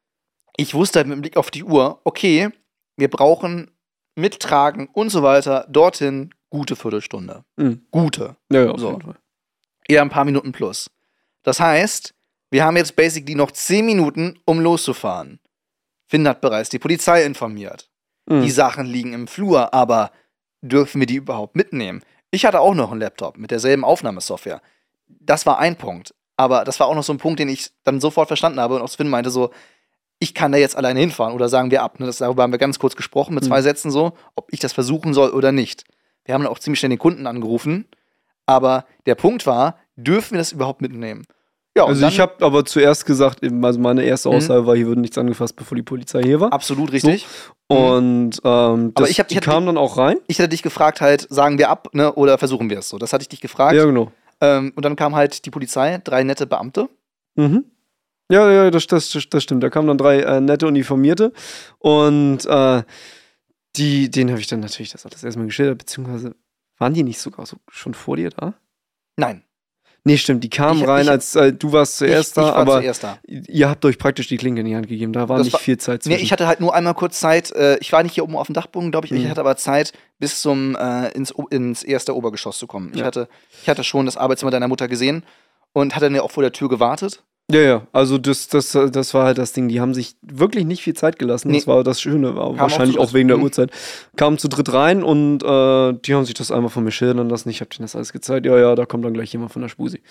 Speaker 1: ich wusste halt mit Blick auf die Uhr, okay, wir brauchen mittragen und so weiter dorthin gute Viertelstunde.
Speaker 2: Mhm.
Speaker 1: Gute.
Speaker 2: Ja, ja, auf
Speaker 1: So.
Speaker 2: jeden Fall.
Speaker 1: Eher ein paar Minuten plus. Das heißt, wir haben jetzt basically noch zehn Minuten, um loszufahren. Finn hat bereits die Polizei informiert.
Speaker 2: Mhm.
Speaker 1: Die Sachen liegen im Flur, aber dürfen wir die überhaupt mitnehmen? Ich hatte auch noch einen Laptop mit derselben Aufnahmesoftware. Das war ein Punkt. Aber das war auch noch so ein Punkt, den ich dann sofort verstanden habe und auch Finn meinte so, ich kann da jetzt alleine hinfahren oder sagen wir ab. Ne? Das, darüber haben wir ganz kurz gesprochen mit zwei
Speaker 2: Mhm.
Speaker 1: Sätzen so, ob ich das versuchen soll oder nicht. Wir haben dann auch ziemlich schnell den Kunden angerufen. Aber der Punkt war, dürfen wir das überhaupt mitnehmen? Ja, und
Speaker 2: Also
Speaker 1: dann,
Speaker 2: ich habe aber zuerst gesagt, eben, also meine erste
Speaker 1: Mhm.
Speaker 2: Aussage war, hier würde nichts angefasst, bevor die Polizei hier war.
Speaker 1: absolut richtig.
Speaker 2: Und ähm, das,
Speaker 1: ich hab- ich
Speaker 2: die
Speaker 1: hab-
Speaker 2: kam dann auch rein.
Speaker 1: Ich hatte dich gefragt halt, sagen wir ab, ne, oder versuchen wir es so. Das hatte ich dich gefragt.
Speaker 2: Ja, genau.
Speaker 1: Ähm, und dann kam halt die Polizei, drei nette Beamte.
Speaker 2: Mhm. Ja, ja, das, das, das stimmt. Da kamen dann drei äh, nette Uniformierte und äh, die, denen habe ich dann natürlich das alles erstmal geschildert, beziehungsweise waren die nicht sogar so schon vor dir da?
Speaker 1: Nein,
Speaker 2: Nee, stimmt, die kamen
Speaker 1: Ich-
Speaker 2: rein,
Speaker 1: ich-
Speaker 2: als äh, du warst zuerst
Speaker 1: ich,
Speaker 2: da,
Speaker 1: ich war
Speaker 2: aber
Speaker 1: zuerst da.
Speaker 2: ihr habt euch praktisch die Klinke in die Hand gegeben. Da war
Speaker 1: Das
Speaker 2: nicht
Speaker 1: war-
Speaker 2: viel Zeit
Speaker 1: Nee,
Speaker 2: zwischen.
Speaker 1: ich hatte halt nur einmal kurz Zeit, äh, ich war nicht hier oben auf dem Dachboden, glaube ich, ich
Speaker 2: Mhm.
Speaker 1: hatte aber Zeit, bis zum äh, ins, O- ins erste Obergeschoss zu kommen. Ich,
Speaker 2: Ja.
Speaker 1: hatte, ich hatte schon das Arbeitszimmer deiner Mutter gesehen und hatte dann ja auch vor der Tür gewartet.
Speaker 2: Ja, ja, also das, das, das war halt das Ding. Die haben sich wirklich nicht viel Zeit gelassen.
Speaker 1: Nee.
Speaker 2: Das war das Schöne, war
Speaker 1: Kam
Speaker 2: wahrscheinlich
Speaker 1: auch
Speaker 2: auch,
Speaker 1: zu-
Speaker 2: wegen der
Speaker 1: Mhm.
Speaker 2: Uhrzeit. Kamen zu dritt rein und äh, die haben sich das einmal von mir schildern lassen. Ich habe denen das alles gezeigt. Ja, ja, da kommt dann gleich jemand von der Spusi.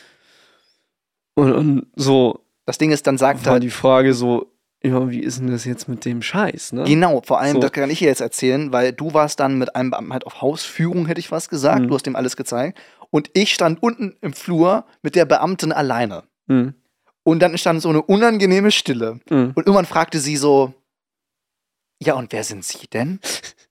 Speaker 2: Und, und so
Speaker 1: Das Ding ist, dann sagt
Speaker 2: war
Speaker 1: halt,
Speaker 2: die Frage so, ja, wie ist denn das jetzt mit dem Scheiß, ne?
Speaker 1: genau, vor allem,
Speaker 2: So.
Speaker 1: das kann ich dir jetzt erzählen, weil du warst dann mit einem Beamten halt auf Hausführung, hätte ich fast gesagt.
Speaker 2: Mhm.
Speaker 1: Du hast dem alles gezeigt. Und ich stand unten im Flur mit der Beamtin alleine.
Speaker 2: Mhm.
Speaker 1: Und dann stand so eine unangenehme Stille.
Speaker 2: Mhm.
Speaker 1: Und irgendwann fragte sie so, ja, und wer sind Sie denn?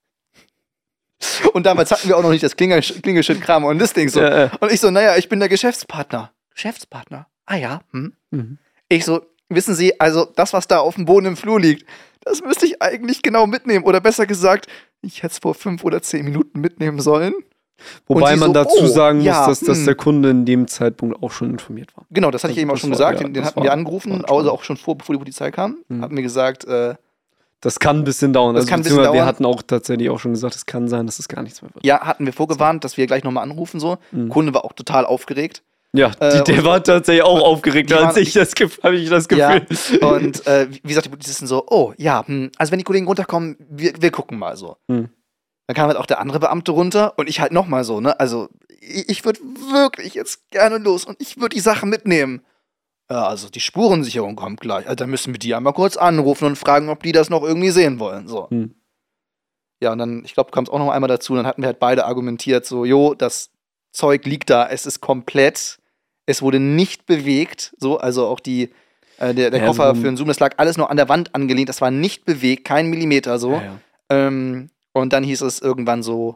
Speaker 1: Und damals hatten wir auch noch nicht das Klingel- Klingelschild-Kram und das Ding so.
Speaker 2: Ja, ja.
Speaker 1: Und ich so, naja, ich bin der Geschäftspartner. Geschäftspartner? Ah ja, hm.
Speaker 2: Mhm.
Speaker 1: Ich so, wissen Sie, also das, was da auf dem Boden im Flur liegt, das müsste ich eigentlich genau mitnehmen. Oder besser gesagt, ich hätte es vor fünf oder zehn Minuten mitnehmen sollen.
Speaker 2: Wobei
Speaker 1: sie
Speaker 2: man
Speaker 1: so,
Speaker 2: dazu
Speaker 1: oh,
Speaker 2: sagen muss,
Speaker 1: ja,
Speaker 2: dass, dass
Speaker 1: hm.
Speaker 2: der Kunde in dem Zeitpunkt auch schon informiert war.
Speaker 1: Genau, das hatte ich
Speaker 2: Also
Speaker 1: eben auch
Speaker 2: das
Speaker 1: schon
Speaker 2: war-
Speaker 1: gesagt.
Speaker 2: ja,
Speaker 1: den den
Speaker 2: das
Speaker 1: hatten
Speaker 2: war-
Speaker 1: wir
Speaker 2: war
Speaker 1: angerufen,
Speaker 2: entspannt.
Speaker 1: also auch schon vor, bevor die Polizei kam.
Speaker 2: Mhm.
Speaker 1: Hatten mir gesagt, äh,
Speaker 2: Das kann ein bisschen dauern.
Speaker 1: Das
Speaker 2: Also,
Speaker 1: kann ein bisschen
Speaker 2: beziehungsweise wir
Speaker 1: dauern.
Speaker 2: hatten auch tatsächlich auch schon gesagt, es kann sein, dass es gar nichts mehr wird.
Speaker 1: ja, hatten wir vorgewarnt, dass wir gleich nochmal anrufen. So.
Speaker 2: Mhm.
Speaker 1: Kunde war auch total aufgeregt.
Speaker 2: Ja,
Speaker 1: Äh,
Speaker 2: die, der
Speaker 1: und-
Speaker 2: war tatsächlich auch aufgeregt,
Speaker 1: die
Speaker 2: als
Speaker 1: waren-
Speaker 2: ich das, Gef- hab ich das
Speaker 1: Ja,
Speaker 2: Gefühl.
Speaker 1: und äh, wie gesagt, die Polizisten so, oh, ja, hm, also wenn die Kollegen runterkommen, wir, wir gucken mal so.
Speaker 2: Hm.
Speaker 1: Dann kam halt auch der andere Beamte runter und ich halt nochmal so, ne, also ich, ich würde wirklich jetzt gerne los und ich würde die Sachen mitnehmen. Ja, also die Spurensicherung kommt gleich. Also dann müssen wir die einmal kurz anrufen und fragen, ob die das noch irgendwie sehen wollen. So.
Speaker 2: Hm.
Speaker 1: Ja, und dann, ich glaube, kam es auch noch einmal dazu, dann hatten wir halt beide argumentiert, so, jo, das Zeug liegt da, es ist komplett, es wurde nicht bewegt, so, also auch die, äh, der, der
Speaker 2: Ja,
Speaker 1: Koffer
Speaker 2: so-
Speaker 1: für den Zoom, das lag alles noch an der Wand angelehnt, das war nicht bewegt, kein Millimeter so.
Speaker 2: Ja, ja.
Speaker 1: Ähm, und dann hieß es irgendwann so,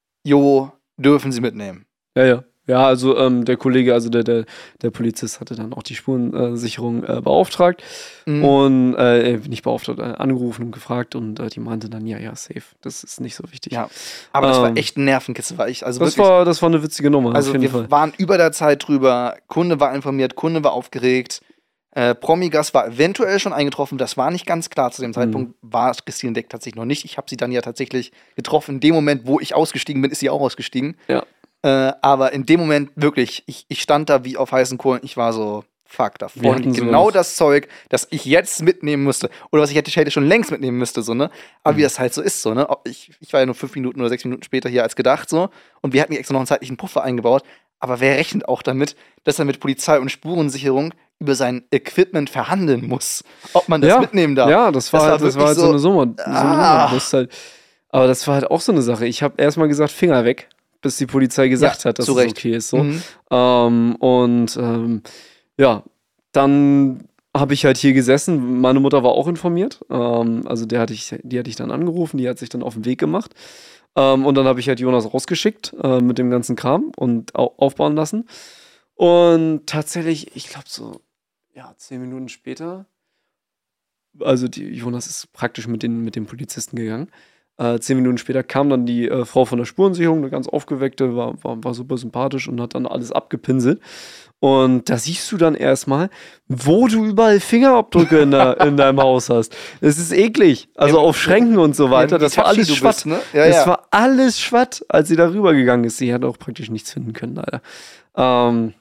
Speaker 1: jo, dürfen Sie mitnehmen.
Speaker 2: Ja, ja. Ja, also ähm, der Kollege, also der, der, der Polizist hatte dann auch die Spurensicherung äh, beauftragt
Speaker 1: Mhm.
Speaker 2: und äh, nicht beauftragt, äh, angerufen und gefragt und äh, die meinte dann, ja, ja, safe. Das ist nicht so wichtig.
Speaker 1: Ja, aber das war
Speaker 2: Ähm,
Speaker 1: echt ein Nervenkitzel, war ich, also
Speaker 2: Das
Speaker 1: wirklich.
Speaker 2: war, das war eine witzige Nummer,
Speaker 1: Also
Speaker 2: auf jeden
Speaker 1: wir
Speaker 2: Fall.
Speaker 1: waren über der Zeit drüber, Kunde war informiert, Kunde war aufgeregt, äh, Promigas war eventuell schon eingetroffen, das war nicht ganz klar. Zu
Speaker 2: Mhm.
Speaker 1: dem Zeitpunkt war Christine Deck tatsächlich noch nicht. Ich habe sie dann ja tatsächlich getroffen. In dem Moment, wo ich ausgestiegen bin, ist sie auch ausgestiegen.
Speaker 2: Ja.
Speaker 1: Äh, aber in dem Moment wirklich, ich, ich stand da wie auf heißen Kohlen. Ich war so, fuck, da
Speaker 2: Wir
Speaker 1: vorne
Speaker 2: hatten
Speaker 1: liegt
Speaker 2: sogar
Speaker 1: genau
Speaker 2: noch-
Speaker 1: das Zeug, das ich jetzt mitnehmen müsste. Oder was ich hätte, hätte schon längst mitnehmen müsste, so, ne? Aber wie
Speaker 2: Mhm.
Speaker 1: das halt so ist, so, ne? Ob Ich, ich war ja nur fünf Minuten oder sechs Minuten später hier als gedacht, so. Und wir hatten hier extra noch einen zeitlichen Puffer eingebaut. aber wer rechnet auch damit, dass er mit Polizei und Spurensicherung über sein Equipment verhandeln muss, ob man das
Speaker 2: ja,
Speaker 1: mitnehmen darf?
Speaker 2: Ja, das war,
Speaker 1: Das war
Speaker 2: halt, das war halt
Speaker 1: wirklich
Speaker 2: so,
Speaker 1: so-
Speaker 2: eine Summe. So eine
Speaker 1: Ah.
Speaker 2: Nummer. Du musst halt, aber das war halt auch so eine Sache. Ich habe erstmal gesagt, Finger weg, bis die Polizei gesagt
Speaker 1: Ja,
Speaker 2: hat, dass
Speaker 1: zu
Speaker 2: es
Speaker 1: Recht.
Speaker 2: okay ist. So.
Speaker 1: Mhm.
Speaker 2: Ähm, und ähm, ja, dann habe ich halt hier gesessen. Meine Mutter war auch informiert. Ähm, also der hatte ich, die hatte ich dann angerufen, die hat sich dann auf den Weg gemacht. Ähm, und dann habe ich halt Jonas rausgeschickt äh, mit dem ganzen Kram und au aufbauen lassen. Und tatsächlich, ich glaube so, ja, zehn Minuten später, also die, Jonas ist praktisch mit den, mit den Polizisten gegangen. Äh, zehn Minuten später kam dann die äh, Frau von der Spurensicherung, eine ganz aufgeweckte, war, war, war super sympathisch und hat dann alles abgepinselt. Und da siehst du dann erstmal, wo du überall Fingerabdrücke in, der, in deinem Haus hast. Es ist eklig. Also
Speaker 1: Ja,
Speaker 2: auf Schränken und so weiter.
Speaker 1: Ja, wie
Speaker 2: Das war
Speaker 1: touchy
Speaker 2: alles
Speaker 1: du
Speaker 2: Schwatt.
Speaker 1: bist, ne? Ja,
Speaker 2: Es
Speaker 1: ja.
Speaker 2: war alles Schwatt, als sie da rübergegangen ist. Sie hat auch praktisch nichts finden können, leider. Ähm,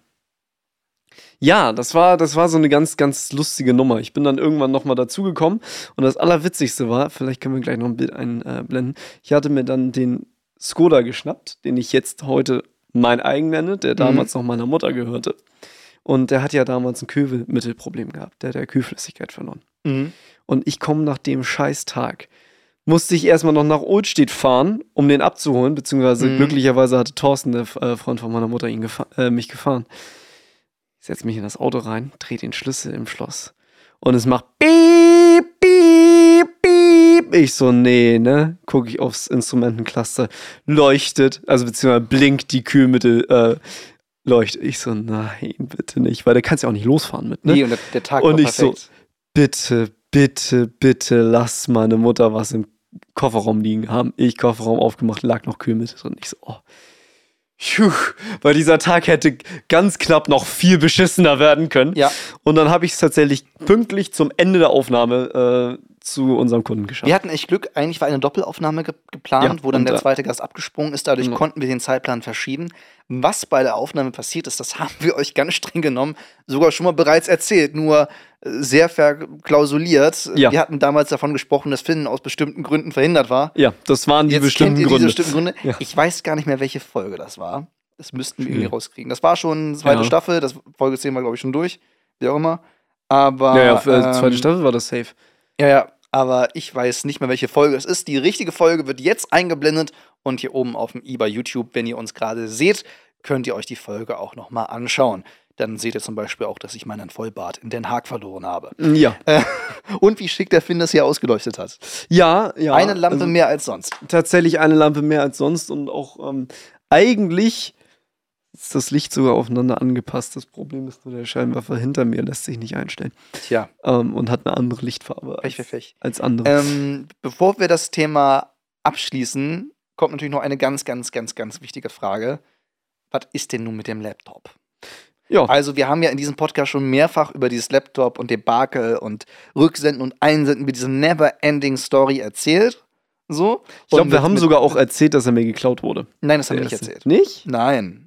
Speaker 2: ja, das war, das war so eine ganz, ganz lustige Nummer. Ich bin dann irgendwann nochmal dazugekommen und das Allerwitzigste war, vielleicht können wir gleich noch ein Bild einblenden, ich hatte mir dann den Skoda geschnappt, den ich jetzt heute mein eigen nenne, der damals noch meiner Mutter gehörte. Und der hat ja damals ein Kühlmittelproblem gehabt, der hat ja Kühlflüssigkeit verloren.
Speaker 1: Mhm.
Speaker 2: Und ich komme nach dem Scheißtag, musste ich erstmal noch nach Oldstedt fahren, um den abzuholen, beziehungsweise
Speaker 1: Mhm.
Speaker 2: glücklicherweise hatte Thorsten, der äh, Freund von meiner Mutter, ihn gefa äh, mich gefahren. Ich setze mich in das Auto rein, drehe den Schlüssel im Schloss und es macht piep, piep, piep. Ich so, nee, ne? Gucke ich aufs Instrumentencluster, leuchtet, also beziehungsweise blinkt die Kühlmittel, äh, leuchtet. Ich so, nein, bitte nicht, weil da kannst du ja auch nicht losfahren mit, ne?
Speaker 1: Nee, und der, der Tag
Speaker 2: Und
Speaker 1: war
Speaker 2: ich so,
Speaker 1: perfekt.
Speaker 2: bitte, bitte, bitte lass meine Mutter was im Kofferraum liegen haben. Ich Kofferraum aufgemacht, lag noch Kühlmittel drin. Ich so, oh. Puh, weil dieser Tag hätte ganz knapp noch viel beschissener werden können.
Speaker 1: Ja.
Speaker 2: Und dann habe ich es tatsächlich pünktlich zum Ende der Aufnahme äh, zu unserem Kunden geschafft.
Speaker 1: Wir hatten echt Glück, eigentlich war eine Doppelaufnahme ge geplant,
Speaker 2: Ja,
Speaker 1: wo dann
Speaker 2: und,
Speaker 1: der
Speaker 2: äh,
Speaker 1: zweite Gast abgesprungen ist. Dadurch
Speaker 2: genau.
Speaker 1: konnten wir den Zeitplan verschieben. Was bei der Aufnahme passiert ist, das haben wir euch ganz streng genommen sogar schon mal bereits erzählt, nur äh, sehr verklausuliert.
Speaker 2: Ja.
Speaker 1: Wir hatten damals davon gesprochen, dass Finn aus bestimmten Gründen verhindert war.
Speaker 2: Ja, das waren die
Speaker 1: Jetzt
Speaker 2: bestimmten
Speaker 1: kennt ihr
Speaker 2: Gründe.
Speaker 1: diese bestimmten Gründe.
Speaker 2: Ja.
Speaker 1: Ich weiß gar nicht mehr, welche Folge das war. Das müssten wir irgendwie
Speaker 2: Schwierig.
Speaker 1: rauskriegen. Das war schon zweite
Speaker 2: Ja.
Speaker 1: Staffel, das Folge zehn war, glaube ich, schon durch. Wie auch immer. Aber.
Speaker 2: Ja, ja, für äh, zweite
Speaker 1: ähm,
Speaker 2: Staffel war das safe.
Speaker 1: Ja, ja, aber ich weiß nicht mehr, welche Folge es ist. Die richtige Folge wird jetzt eingeblendet und hier oben auf dem i bei YouTube, wenn ihr uns gerade seht, könnt ihr euch die Folge auch nochmal anschauen. Dann seht ihr zum Beispiel auch, dass ich meinen Vollbart in Den Haag verloren habe.
Speaker 2: Ja.
Speaker 1: Äh, und wie schick der Finn das hier ausgeleuchtet hat.
Speaker 2: Ja, ja.
Speaker 1: Eine Lampe
Speaker 2: also
Speaker 1: mehr als sonst.
Speaker 2: tatsächlich eine Lampe mehr als sonst und auch ähm, eigentlich ist das Licht sogar aufeinander angepasst. Das Problem ist nur, der Scheinwerfer hinter mir lässt sich nicht einstellen
Speaker 1: Tja,
Speaker 2: ähm, und hat eine andere Lichtfarbe
Speaker 1: Pech,
Speaker 2: als,
Speaker 1: Pech, Pech.
Speaker 2: als andere.
Speaker 1: Ähm, bevor wir das Thema abschließen, kommt natürlich noch eine ganz, ganz, ganz, ganz wichtige Frage. Was ist denn nun mit dem Laptop?
Speaker 2: Ja,
Speaker 1: Also, wir haben ja in diesem Podcast schon mehrfach über dieses Laptop und Debakel und Rücksenden und Einsenden mit dieser Never-Ending-Story erzählt. So.
Speaker 2: ich glaube,
Speaker 1: Und
Speaker 2: wir
Speaker 1: mit-
Speaker 2: haben
Speaker 1: mit-
Speaker 2: sogar auch erzählt, dass er mir geklaut wurde.
Speaker 1: Nein, das haben wir
Speaker 2: Der
Speaker 1: nicht
Speaker 2: erste.
Speaker 1: erzählt.
Speaker 2: Nicht?
Speaker 1: Nein.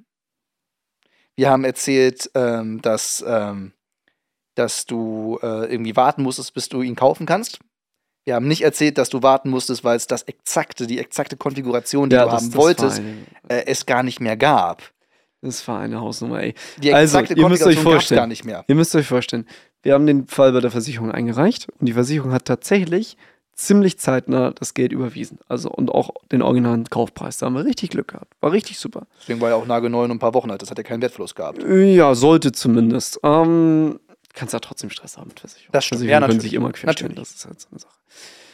Speaker 1: Wir haben erzählt, ähm, dass, ähm, dass du äh, irgendwie warten musstest, bis du ihn kaufen kannst. Wir haben nicht erzählt, dass du warten musstest, weil es das exakte, die exakte Konfiguration, die du haben wolltest,
Speaker 2: war eine,
Speaker 1: äh, es gar nicht mehr gab.
Speaker 2: das war eine Hausnummer, ey.
Speaker 1: Die
Speaker 2: Also,
Speaker 1: exakte
Speaker 2: ihr müsst euch
Speaker 1: Konfiguration gab es
Speaker 2: vorstellen.
Speaker 1: gar nicht mehr.
Speaker 2: Ihr müsst euch vorstellen, wir haben den Fall bei der Versicherung eingereicht und die Versicherung hat tatsächlich ziemlich zeitnah das Geld überwiesen. Also und auch den originalen Kaufpreis. Da haben wir richtig Glück gehabt. War richtig super.
Speaker 1: Deswegen war er auch nagelneu und ein paar Wochen alt. Das hat ja keinen Wertverlust gehabt.
Speaker 2: Ja, sollte zumindest. Ähm, kannst ja trotzdem Stress haben mit Versicherung.
Speaker 1: Das stimmt.
Speaker 2: Versicherungen
Speaker 1: Ja,
Speaker 2: können
Speaker 1: natürlich.
Speaker 2: sich immer querstellen.
Speaker 1: Natürlich.
Speaker 2: Das ist halt so eine Sache.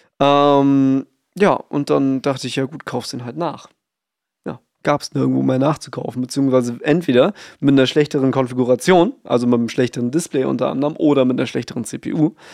Speaker 2: Ähm, ja, und dann dachte ich, ja gut, kaufst den halt nach. Ja, gab es nirgendwo mehr nachzukaufen. Beziehungsweise entweder mit einer schlechteren Konfiguration, also mit einem schlechteren Display unter anderem, oder mit einer schlechteren C P U.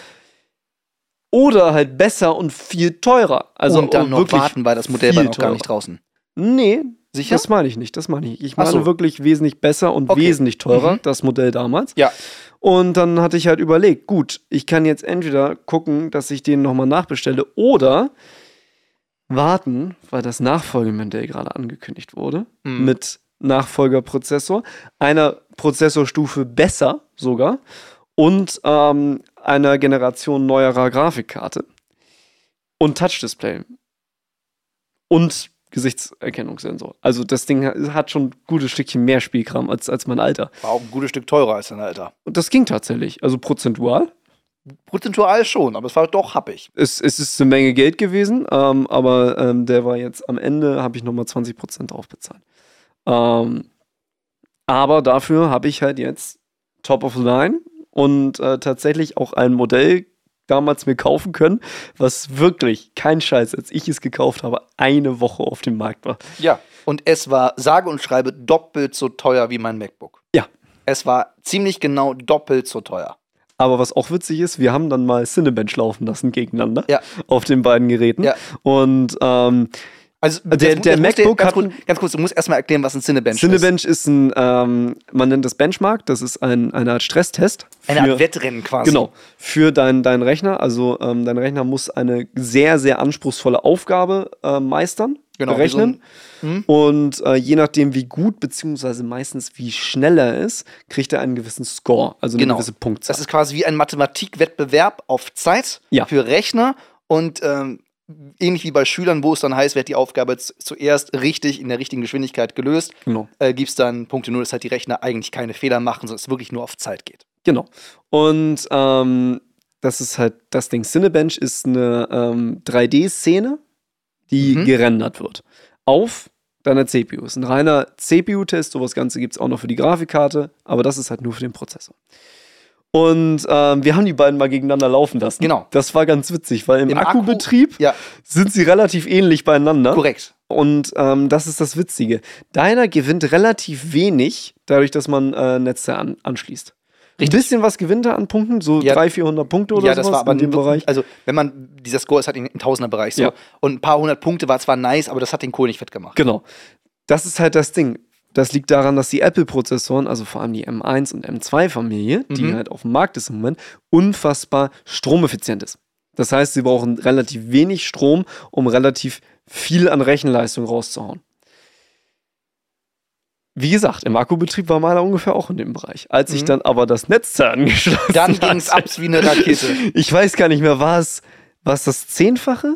Speaker 2: Oder halt besser und viel teurer. Also
Speaker 1: und dann noch
Speaker 2: wirklich
Speaker 1: warten, weil das Modell war
Speaker 2: viel
Speaker 1: noch gar
Speaker 2: teurer.
Speaker 1: nicht draußen.
Speaker 2: Nee,
Speaker 1: Sicher?
Speaker 2: das meine ich nicht. Das meine ich. Ich
Speaker 1: Ach
Speaker 2: meine
Speaker 1: so.
Speaker 2: wirklich wesentlich besser und
Speaker 1: Okay.
Speaker 2: wesentlich teurer,
Speaker 1: Mhm.
Speaker 2: das Modell damals.
Speaker 1: Ja.
Speaker 2: Und dann hatte ich halt überlegt, gut, ich kann jetzt entweder gucken, dass ich den nochmal nachbestelle oder warten, weil das Nachfolgemodell gerade angekündigt wurde,
Speaker 1: Mhm.
Speaker 2: mit Nachfolgerprozessor, einer Prozessorstufe besser sogar und ähm, einer Generation neuerer Grafikkarte und Touchdisplay. Und Gesichtserkennungssensor. Also das Ding hat schon ein gutes Stückchen mehr Spielkram als, als mein alter.
Speaker 1: War auch ein gutes Stück teurer als dein alter.
Speaker 2: Und das ging tatsächlich. Also prozentual.
Speaker 1: Prozentual schon, aber es war doch happig.
Speaker 2: Es, es ist eine Menge Geld gewesen, ähm, aber ähm, der war jetzt am Ende, habe ich nochmal zwanzig Prozent drauf bezahlt. Ähm, aber dafür habe ich halt jetzt Top of the Line und äh, tatsächlich auch ein Modell damals mir kaufen können, was wirklich, kein Scheiß, als ich es gekauft habe, eine Woche auf dem Markt war.
Speaker 1: Ja, und es war sage und schreibe doppelt so teuer wie mein MacBook.
Speaker 2: Ja.
Speaker 1: Es war ziemlich genau doppelt so teuer.
Speaker 2: Aber was auch witzig ist, wir haben dann mal Cinebench laufen lassen gegeneinander
Speaker 1: ja.
Speaker 2: auf den beiden Geräten.
Speaker 1: Ja.
Speaker 2: Und ähm,
Speaker 1: also
Speaker 2: der,
Speaker 1: das,
Speaker 2: der
Speaker 1: das
Speaker 2: MacBook
Speaker 1: ganz
Speaker 2: hat...
Speaker 1: Kurz, ganz kurz, du musst erstmal erklären, was ein Cinebench ist.
Speaker 2: Cinebench ist ein, ähm, man nennt das Benchmark, das ist ein, eine Art Stresstest.
Speaker 1: Eine Art Wettrennen quasi.
Speaker 2: Genau, für deinen dein Rechner. Also ähm, dein Rechner muss eine sehr, sehr anspruchsvolle Aufgabe äh, meistern,
Speaker 1: genau,
Speaker 2: berechnen.
Speaker 1: So ein, hm?
Speaker 2: Und äh, je nachdem, wie gut, beziehungsweise meistens wie schnell er ist, kriegt er einen gewissen Score, also eine
Speaker 1: genau.
Speaker 2: gewisse Punktzahl.
Speaker 1: Das ist quasi wie ein Mathematikwettbewerb auf Zeit
Speaker 2: ja.
Speaker 1: für Rechner und ähm, ähnlich wie bei Schülern, wo es dann heißt, wer hat die Aufgabe zuerst richtig in der richtigen Geschwindigkeit gelöst,
Speaker 2: genau.
Speaker 1: äh, gibt es dann Punkte, nur dass halt die Rechner eigentlich keine Fehler machen, sondern es wirklich nur auf Zeit geht.
Speaker 2: Genau. Und ähm, das ist halt das Ding. Cinebench ist eine ähm, drei D-Szene, die mhm. gerendert wird. Auf deiner C P U. Ist ein reiner C P U-Test, sowas Ganze gibt es auch noch für die Grafikkarte, aber das ist halt nur für den Prozessor. Und ähm, wir haben die beiden mal gegeneinander laufen lassen.
Speaker 1: Genau.
Speaker 2: Das war ganz witzig, weil im,
Speaker 1: Im
Speaker 2: Akkubetrieb
Speaker 1: Akku, ja.
Speaker 2: sind sie relativ ähnlich beieinander.
Speaker 1: Korrekt.
Speaker 2: Und ähm, das ist das Witzige. Deiner gewinnt relativ wenig, dadurch, dass man äh, Netze an, anschließt. Richtig. Ein bisschen was gewinnt er an Punkten, so
Speaker 1: ja.
Speaker 2: dreihundert, vierhundert Punkte oder
Speaker 1: ja, das
Speaker 2: sowas
Speaker 1: war aber
Speaker 2: in dem Bereich.
Speaker 1: Also, wenn man, dieser Score ist halt im Tausender-Bereich so.
Speaker 2: Ja.
Speaker 1: Und ein paar hundert Punkte war zwar nice, aber das hat den Kohl nicht fett gemacht.
Speaker 2: Genau. Das ist halt das Ding. Das liegt daran, dass die Apple-Prozessoren, also vor allem die M eins und M zwei Familie, mhm. die halt auf dem Markt ist im Moment, unfassbar stromeffizient ist. Das heißt, sie brauchen relativ wenig Strom, um relativ viel an Rechenleistung rauszuhauen. Wie gesagt, im Akkubetrieb war meiner ungefähr auch in dem Bereich. Als mhm. ich dann aber das Netz angeschlossen habe.
Speaker 1: Dann ging es ab wie eine Rakete.
Speaker 2: Ich weiß gar nicht mehr, war es, war es das Zehnfache?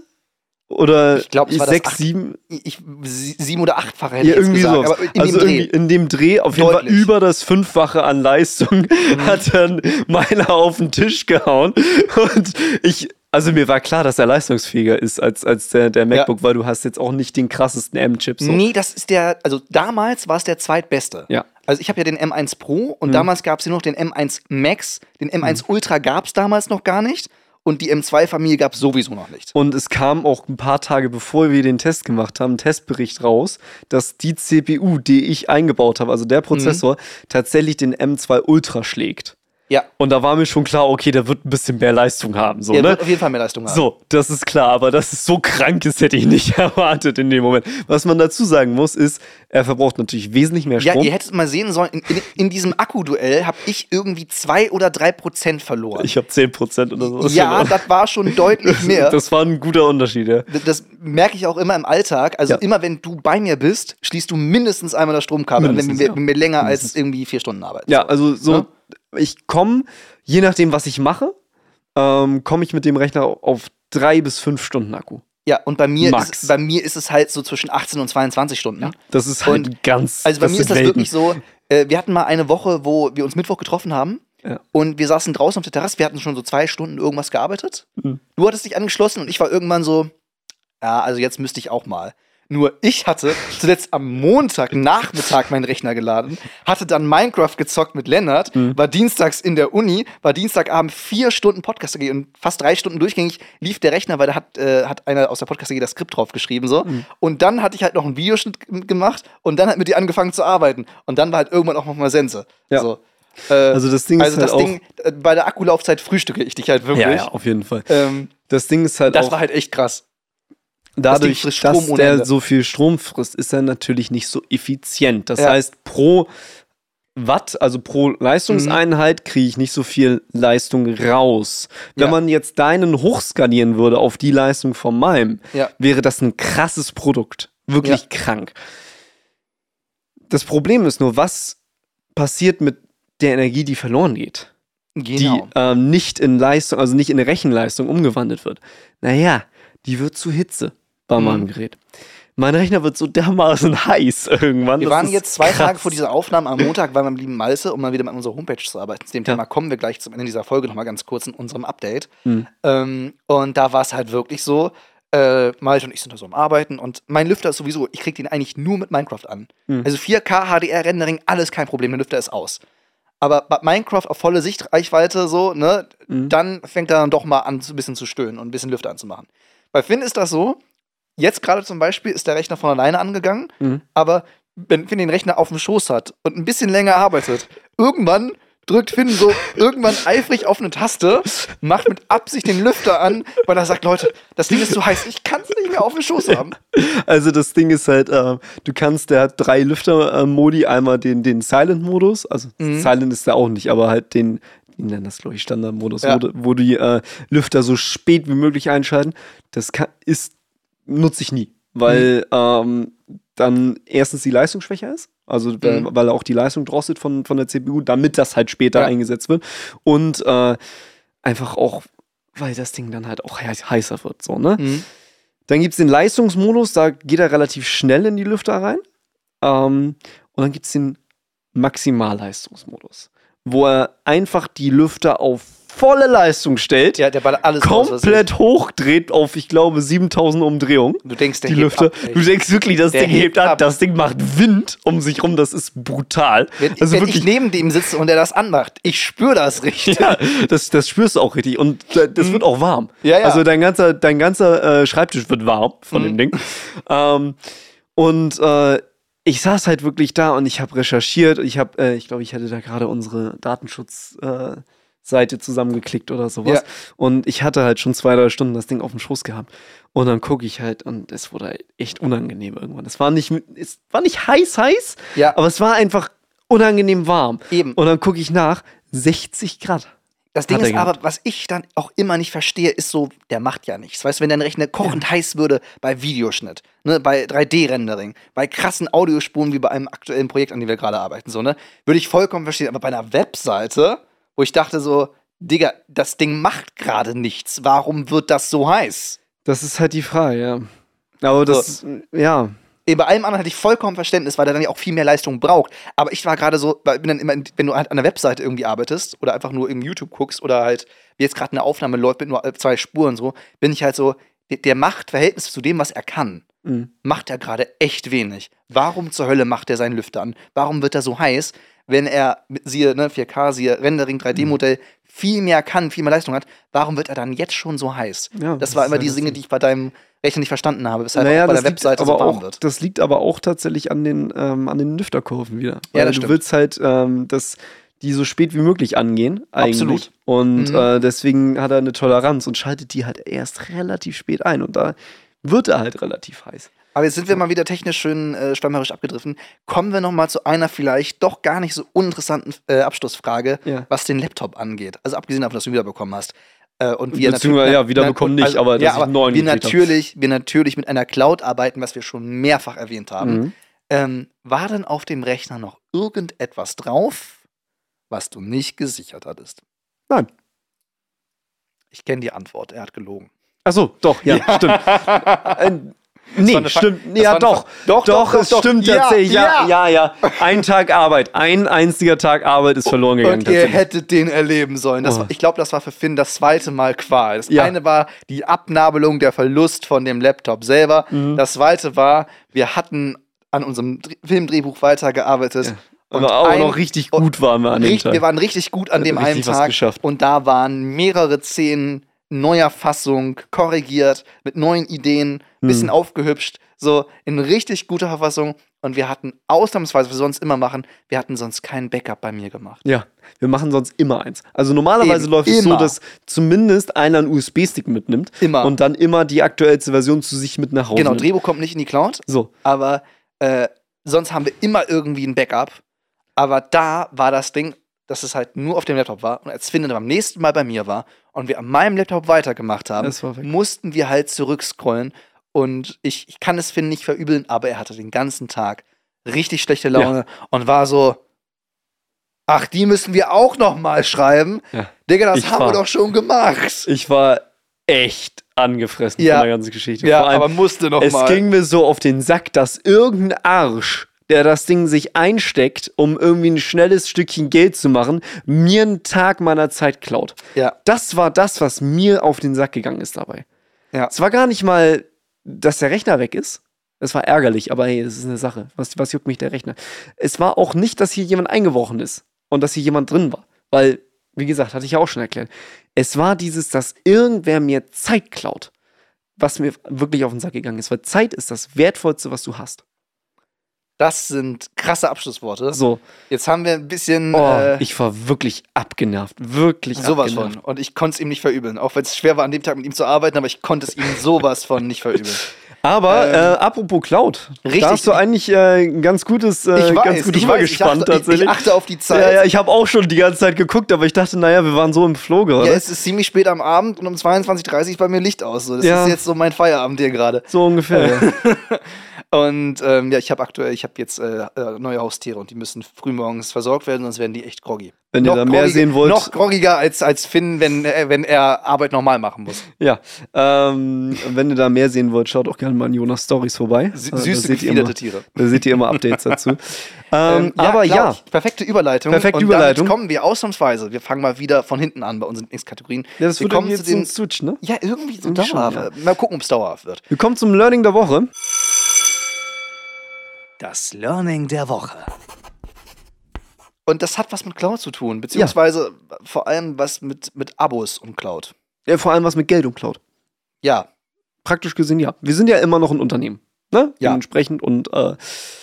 Speaker 2: Oder
Speaker 1: ich glaube, es war
Speaker 2: sechs,
Speaker 1: das acht,
Speaker 2: sieben?
Speaker 1: Ich, sieben oder achtfache hätte
Speaker 2: ja,
Speaker 1: ich jetzt
Speaker 2: irgendwie
Speaker 1: gesagt.
Speaker 2: So.
Speaker 1: Aber in
Speaker 2: also
Speaker 1: dem Dreh.
Speaker 2: in dem Dreh auf jeden
Speaker 1: Deutlich.
Speaker 2: Fall über das Fünffache an Leistung mhm. hat dann meiner auf den Tisch gehauen. Und ich, also mir war klar, dass er leistungsfähiger ist als, als der, der MacBook, ja. weil du hast jetzt auch nicht den krassesten M-Chip. So.
Speaker 1: Nee, das ist der, also damals war es der zweitbeste.
Speaker 2: Ja.
Speaker 1: Also ich habe ja den M eins Pro und
Speaker 2: mhm.
Speaker 1: damals gab es ja noch den M eins Max. Den M eins mhm. Ultra gab es damals noch gar nicht. Und die M zwei Familie gab es sowieso noch nicht.
Speaker 2: Und es kam auch ein paar Tage bevor wir den Test gemacht haben, ein Testbericht raus, dass die C P U, die ich eingebaut habe, also der Prozessor, mhm. tatsächlich den M zwei Ultra schlägt.
Speaker 1: Ja.
Speaker 2: Und da war mir schon klar, okay, der wird ein bisschen mehr Leistung haben. So,
Speaker 1: der
Speaker 2: ne?
Speaker 1: wird auf jeden Fall mehr Leistung haben.
Speaker 2: So, das ist klar, aber dass es so krank ist, hätte ich nicht erwartet in dem Moment. Was man dazu sagen muss, ist, er verbraucht natürlich wesentlich mehr Strom.
Speaker 1: Ja, ihr hättet mal sehen sollen, in, in, in diesem Akkuduell habe ich irgendwie zwei oder drei Prozent verloren.
Speaker 2: Ich habe zehn Prozent oder so.
Speaker 1: Ja, verloren. Das war schon deutlich mehr.
Speaker 2: Das war ein guter Unterschied, ja.
Speaker 1: Das, das merke ich auch immer im Alltag. Also
Speaker 2: ja.
Speaker 1: immer, wenn du bei mir bist, schließt du mindestens einmal das Stromkabel an, wenn wir, ja. wenn wir länger mindestens. als irgendwie vier Stunden arbeiten.
Speaker 2: Ja, also so, ja? ich komme, je nachdem, was ich mache, ähm, komme ich mit dem Rechner auf drei bis fünf Stunden Akku.
Speaker 1: Ja, und bei mir, ist, bei mir ist es halt so zwischen achtzehn und zweiundzwanzig Stunden.
Speaker 2: Ja, das ist halt und ganz.
Speaker 1: Also bei mir ist das selten. Wirklich so, äh, wir hatten mal eine Woche, wo wir uns Mittwoch getroffen haben ja. und wir saßen draußen auf der Terrasse, wir hatten schon so zwei Stunden irgendwas gearbeitet. Mhm. Du hattest dich angeschlossen und ich war irgendwann so, ja, also jetzt müsste ich auch mal. Nur ich hatte zuletzt am Montagnachmittag meinen Rechner geladen, hatte dann Minecraft gezockt mit Lennart, mhm. war dienstags in der Uni, war Dienstagabend vier Stunden Podcast A G und fast drei Stunden durchgängig lief der Rechner, weil da hat, äh, hat einer aus der Podcast A G das Skript drauf geschrieben. So. Mhm. Und dann hatte ich halt noch einen Videoschnitt gemacht und dann hat mit dir angefangen zu arbeiten. Und dann war halt irgendwann auch noch mal Sense.
Speaker 2: Ja.
Speaker 1: So. Äh,
Speaker 2: also das Ding
Speaker 1: also
Speaker 2: ist halt
Speaker 1: das
Speaker 2: auch
Speaker 1: Ding, äh, bei der Akkulaufzeit frühstücke ich dich halt wirklich.
Speaker 2: Ja, ja, auf jeden Fall.
Speaker 1: Ähm,
Speaker 2: das Ding ist halt
Speaker 1: das
Speaker 2: auch...
Speaker 1: Das war halt echt krass.
Speaker 2: Dadurch, das dass der Ende. so viel Strom frisst, ist er natürlich nicht so effizient. Das ja. heißt, pro Watt, also pro Leistungseinheit, kriege ich nicht so viel Leistung raus. Wenn ja. man jetzt deinen hochskalieren würde auf die Leistung von meinem, ja. wäre das ein krasses Produkt. Wirklich ja. krank. Das Problem ist nur, was passiert mit der Energie, die verloren geht?
Speaker 1: Genau.
Speaker 2: Die ähm, nicht in Leistung, also nicht in Rechenleistung umgewandelt wird. Naja, die wird zu Hitze bei mhm. meinem Gerät. mein Rechner wird so dermaßen heiß irgendwann.
Speaker 1: Wir
Speaker 2: das
Speaker 1: waren
Speaker 2: ist
Speaker 1: jetzt zwei
Speaker 2: krass.
Speaker 1: Tage vor dieser Aufnahme am Montag, waren wir am lieben Malte, um mal wieder mit unserer Homepage zu arbeiten. Zu dem
Speaker 2: Ja.
Speaker 1: Thema kommen wir gleich zum Ende dieser Folge nochmal ganz kurz in unserem Update.
Speaker 2: Mhm.
Speaker 1: Ähm, und da war es halt wirklich so, äh, Malte und ich sind da so am Arbeiten und mein Lüfter ist sowieso, ich krieg den eigentlich nur mit Minecraft an.
Speaker 2: Mhm.
Speaker 1: Also vier K H D R-Rendering, alles kein Problem, der Lüfter ist aus. Aber bei Minecraft auf volle Sichtreichweite so, ne,
Speaker 2: Mhm.
Speaker 1: dann fängt er dann doch mal an, so ein bisschen zu stöhnen und ein bisschen Lüfter anzumachen. Bei Finn ist das so, jetzt gerade zum Beispiel ist der Rechner von alleine angegangen,
Speaker 2: Mhm.
Speaker 1: aber wenn Finn den Rechner auf dem Schoß hat und ein bisschen länger arbeitet, irgendwann drückt Finn so irgendwann eifrig auf eine Taste, macht mit Absicht den Lüfter an, weil er sagt, Leute, das Ding ist zu heiß, ich kann es nicht mehr auf dem Schoß haben.
Speaker 2: Also das Ding ist halt, äh, du kannst, der hat drei Lüfter-Modi, einmal den, den Silent-Modus, also
Speaker 1: Mhm.
Speaker 2: Silent ist der auch nicht, aber halt den, die nennen das glaube ich Standard-Modus,
Speaker 1: Ja.
Speaker 2: wo, wo die äh, Lüfter so spät wie möglich einschalten. Das kann, ist, nutze ich nie, weil ähm, dann erstens die Leistung schwächer ist, also weil,
Speaker 1: Mhm.
Speaker 2: weil er auch die Leistung drosselt von, von der C P U, damit das halt später
Speaker 1: Ja.
Speaker 2: eingesetzt wird und äh, einfach auch, weil das Ding dann halt auch heiß- heißer wird, so, ne?
Speaker 1: Mhm.
Speaker 2: Dann gibt es den Leistungsmodus, da geht er relativ schnell in die Lüfter rein. Ähm, und dann gibt es den Maximalleistungsmodus, wo er einfach die Lüfter auf volle Leistung stellt,
Speaker 1: Ja, der ballert alles raus, was
Speaker 2: komplett hochdreht auf, ich glaube, siebentausend Umdrehungen.
Speaker 1: Du denkst, der
Speaker 2: Die
Speaker 1: hebt
Speaker 2: Lüfter.
Speaker 1: ab, ey.
Speaker 2: Du denkst wirklich, das
Speaker 1: Der
Speaker 2: Ding hebt
Speaker 1: hebt
Speaker 2: ab.
Speaker 1: ab.
Speaker 2: Das Ding macht Wind um sich rum. Das ist brutal.
Speaker 1: Wenn,
Speaker 2: also
Speaker 1: wenn
Speaker 2: wirklich,
Speaker 1: ich neben dem sitze und der das anmacht, ich spüre das richtig.
Speaker 2: ja, das, das spürst du auch richtig. Und da- das wird auch warm.
Speaker 1: Mhm. Ja, ja.
Speaker 2: Also dein ganzer, dein ganzer äh, Schreibtisch wird warm von
Speaker 1: Mhm.
Speaker 2: dem Ding. Ähm, und äh, ich saß halt wirklich da und ich habe recherchiert. Ich habe, äh, ich glaube, ich hatte da gerade unsere Datenschutzseite äh, Seite zusammengeklickt oder sowas.
Speaker 1: Ja.
Speaker 2: Und ich hatte halt schon zwei, drei Stunden das Ding auf dem Schoß gehabt. Und dann gucke ich halt und es wurde halt echt unangenehm irgendwann. Es war nicht, es war nicht heiß, heiß,
Speaker 1: Ja.
Speaker 2: aber es war einfach unangenehm warm.
Speaker 1: Eben.
Speaker 2: Und dann gucke ich nach, sechzig Grad.
Speaker 1: Das Ding
Speaker 2: Hat er
Speaker 1: ist aber, was ich dann auch immer nicht verstehe, ist so, der macht ja nichts. Weißt du, wenn dein Rechner kochend heiß würde bei Videoschnitt, ne, bei drei D-Rendering, bei krassen Audiospuren wie bei einem aktuellen Projekt, an dem wir gerade arbeiten, so, ne, würde ich vollkommen verstehen. Aber bei einer Webseite, wo ich dachte so, Digga, das Ding macht gerade nichts. Warum wird das so heiß?
Speaker 2: Das ist halt die Frage, ja. Aber das, ja.
Speaker 1: Eh, Bei allem anderen hatte ich vollkommen Verständnis, weil der dann ja auch viel mehr Leistung braucht. Aber ich war gerade so, weil bin dann immer, wenn du halt an der Webseite irgendwie arbeitest oder einfach nur im YouTube guckst oder halt, wie jetzt gerade eine Aufnahme läuft mit nur zwei Spuren so, bin ich halt so, der, der macht Verhältnis zu dem, was er kann,
Speaker 2: Mhm.
Speaker 1: macht er gerade echt wenig. Warum zur Hölle macht er seinen Lüfter an? Warum wird er so heiß, wenn er, mit, siehe ne, vier K, siehe Rendering, drei D-Modell, viel mehr kann, viel mehr Leistung hat? Warum wird er dann jetzt schon so heiß?
Speaker 2: Ja,
Speaker 1: das
Speaker 2: das
Speaker 1: war
Speaker 2: ist
Speaker 1: immer
Speaker 2: halt
Speaker 1: diese
Speaker 2: das
Speaker 1: Dinge,
Speaker 2: Ding.
Speaker 1: die ich bei deinem Rechner nicht verstanden habe, weshalb
Speaker 2: Naja,
Speaker 1: auch bei
Speaker 2: das
Speaker 1: der
Speaker 2: liegt,
Speaker 1: Webseite
Speaker 2: aber
Speaker 1: so warm
Speaker 2: auch,
Speaker 1: wird.
Speaker 2: das liegt aber auch tatsächlich an den, ähm, an den Lüfterkurven wieder. Weil
Speaker 1: Ja, das
Speaker 2: du
Speaker 1: stimmt.
Speaker 2: willst halt, ähm, dass die so spät wie möglich angehen, eigentlich.
Speaker 1: Absolut.
Speaker 2: Und
Speaker 1: Mhm.
Speaker 2: äh, deswegen hat er eine Toleranz und schaltet die halt erst relativ spät ein. Und da wird er halt relativ heiß.
Speaker 1: Aber jetzt sind wir mal wieder technisch schön äh, schwammerisch abgedriftet. Kommen wir noch mal zu einer vielleicht doch gar nicht so uninteressanten äh, Abschlussfrage,
Speaker 2: Ja.
Speaker 1: was den Laptop angeht. Also abgesehen davon, dass du ihn wiederbekommen hast. Äh, und wir
Speaker 2: Beziehungsweise,
Speaker 1: natür-
Speaker 2: ja, wiederbekommen nicht, aber dass
Speaker 1: ja,
Speaker 2: ich
Speaker 1: aber
Speaker 2: einen neuen
Speaker 1: wir
Speaker 2: gekriegt hab.
Speaker 1: natürlich, wir natürlich mit einer Cloud arbeiten, was wir schon mehrfach erwähnt haben.
Speaker 2: Mhm.
Speaker 1: Ähm, war denn auf dem Rechner noch irgendetwas drauf, was du nicht gesichert hattest?
Speaker 2: Nein.
Speaker 1: Ich kenne die Antwort, er hat gelogen.
Speaker 2: Achso, doch, ja, stimmt. Äh, nee,
Speaker 1: war eine Fa-
Speaker 2: stimmt.
Speaker 1: das
Speaker 2: Ja,
Speaker 1: war eine
Speaker 2: doch.
Speaker 1: Fa- doch, doch, doch,
Speaker 2: es
Speaker 1: doch.
Speaker 2: stimmt
Speaker 1: Ja,
Speaker 2: tatsächlich. Ja,
Speaker 1: ja.
Speaker 2: ja, ja. Ein Tag Arbeit, ein einziger Tag Arbeit ist verloren gegangen.
Speaker 1: Und ihr
Speaker 2: tatsächlich.
Speaker 1: hättet den erleben sollen. Das
Speaker 2: Oh.
Speaker 1: war, ich glaube, das war für Finn das zweite Mal Qual. Das
Speaker 2: Ja.
Speaker 1: eine war die Abnabelung, der Verlust von dem Laptop selber.
Speaker 2: Mhm.
Speaker 1: Das zweite war, wir hatten an unserem Dr- Filmdrehbuch weitergearbeitet.
Speaker 2: Ja. Aber auch
Speaker 1: ein-
Speaker 2: noch richtig gut waren wir an dem
Speaker 1: Richt-
Speaker 2: Tag.
Speaker 1: Wir waren richtig gut an dem
Speaker 2: Richtig
Speaker 1: einen
Speaker 2: was
Speaker 1: Tag.
Speaker 2: geschafft.
Speaker 1: Und da waren mehrere Szenen neuer Fassung, korrigiert, mit neuen Ideen, bisschen
Speaker 2: Hm.
Speaker 1: aufgehübscht, so in richtig guter Verfassung. Und wir hatten ausnahmsweise, was wir sonst immer machen, wir hatten sonst kein Backup bei mir gemacht.
Speaker 2: Ja, wir machen sonst immer eins. Also normalerweise
Speaker 1: Eben,
Speaker 2: läuft es so,
Speaker 1: immer.
Speaker 2: dass zumindest einer einen U S B-Stick mitnimmt
Speaker 1: Immer.
Speaker 2: und dann immer die aktuellste Version zu sich mit nach Hause
Speaker 1: Genau,
Speaker 2: nimmt.
Speaker 1: Drehbuch kommt nicht in die Cloud,
Speaker 2: So,
Speaker 1: aber äh, sonst haben wir immer irgendwie ein Backup. Aber da war das Ding, dass es halt nur auf dem Laptop war. Und als Finn dann beim nächsten Mal bei mir war und wir an meinem Laptop weitergemacht haben,
Speaker 2: Das war weg.
Speaker 1: mussten wir halt zurückscrollen. Und ich, ich kann es Finn nicht verübeln, aber er hatte den ganzen Tag richtig schlechte Laune und war so, ach, die müssen wir auch noch mal schreiben.
Speaker 2: Ja.
Speaker 1: Digga, das
Speaker 2: Ich
Speaker 1: haben
Speaker 2: war-
Speaker 1: wir doch schon gemacht.
Speaker 2: ich war echt angefressen
Speaker 1: Ja.
Speaker 2: von der ganzen Geschichte.
Speaker 1: Ja,
Speaker 2: Vor allem,
Speaker 1: aber musste noch
Speaker 2: es
Speaker 1: mal.
Speaker 2: ging mir so auf den Sack, dass irgendein Arsch, der das Ding sich einsteckt, um irgendwie ein schnelles Stückchen Geld zu machen, mir einen Tag meiner Zeit klaut.
Speaker 1: Ja.
Speaker 2: Das war das, was mir auf den Sack gegangen ist dabei.
Speaker 1: Ja.
Speaker 2: Es war gar nicht mal, dass der Rechner weg ist. Es war ärgerlich, aber hey, das ist eine Sache. Was, was juckt mich der Rechner? Es war auch nicht, dass hier jemand eingebrochen ist und dass hier jemand drin war. Weil, wie gesagt, hatte ich ja auch schon erklärt. Es war dieses, dass irgendwer mir Zeit klaut, was mir wirklich auf den Sack gegangen ist. Weil Zeit ist das Wertvollste, was du hast.
Speaker 1: Das sind krasse Abschlussworte.
Speaker 2: So.
Speaker 1: Jetzt haben wir ein bisschen
Speaker 2: Oh,
Speaker 1: äh,
Speaker 2: ich war wirklich abgenervt. Wirklich
Speaker 1: sowas
Speaker 2: abgenervt.
Speaker 1: von. Und ich konnte es ihm nicht verübeln. Auch wenn es schwer war, an dem Tag mit ihm zu arbeiten, aber ich konnte es ihm sowas von nicht verübeln.
Speaker 2: Aber
Speaker 1: Ähm,
Speaker 2: äh, apropos Cloud,
Speaker 1: richtig.
Speaker 2: da hast du eigentlich äh, ein ganz gutes, äh,
Speaker 1: Ich weiß,
Speaker 2: ganz gut
Speaker 1: ich weiß, ich
Speaker 2: rübergespannt
Speaker 1: achte, ich,
Speaker 2: tatsächlich.
Speaker 1: ich achte auf die Zeit.
Speaker 2: Ja, ja, ich habe auch schon die ganze Zeit geguckt, aber ich dachte, naja, wir waren so im Flow gerade.
Speaker 1: Ja, es ist ziemlich spät am Abend und um zweiundzwanzig Uhr dreißig ist bei mir Licht aus. So, das
Speaker 2: Ja.
Speaker 1: ist jetzt so mein Feierabend hier gerade.
Speaker 2: So ungefähr. Ja.
Speaker 1: Und ähm, ja, ich habe aktuell, ich habe jetzt äh, äh, neue Haustiere und die müssen frühmorgens versorgt werden, sonst werden die echt groggy.
Speaker 2: Wenn ihr da mehr
Speaker 1: groggiger-
Speaker 2: sehen wollt.
Speaker 1: Noch groggiger als, als Finn, wenn, äh, wenn er Arbeit normal machen muss.
Speaker 2: Ja, ähm, wenn ihr da mehr sehen wollt, schaut auch gerne mal in Jonas Stories vorbei.
Speaker 1: Sü
Speaker 2: Äh, da
Speaker 1: süße,
Speaker 2: seht ihr immer,
Speaker 1: gefiederte Tiere.
Speaker 2: da seht ihr immer Updates dazu. ähm,
Speaker 1: Ähm,
Speaker 2: aber
Speaker 1: glaub
Speaker 2: ja,
Speaker 1: ich, perfekte Überleitung.
Speaker 2: Perfekte
Speaker 1: und
Speaker 2: Überleitung.
Speaker 1: damit kommen wir ausnahmsweise. Wir fangen mal wieder von hinten an bei unseren X-Kategorien.
Speaker 2: ja, das
Speaker 1: wir
Speaker 2: wird
Speaker 1: kommen
Speaker 2: jetzt
Speaker 1: zu den.
Speaker 2: ein Switch, ne?
Speaker 1: Ja, irgendwie so
Speaker 2: Irgendwie schon,
Speaker 1: dauerhaft. Mal gucken, ob es dauerhaft wird.
Speaker 2: Wir kommen zum Learning der Woche.
Speaker 1: Das Learning der Woche. Und das hat was mit Cloud zu tun, beziehungsweise vor allem was mit, mit Abos und Cloud.
Speaker 2: Ja, vor allem was mit Geld und Cloud.
Speaker 1: Ja,
Speaker 2: Praktisch gesehen, ja. Wir sind ja immer noch ein Unternehmen. Ne?
Speaker 1: Ja.
Speaker 2: Dementsprechend und äh,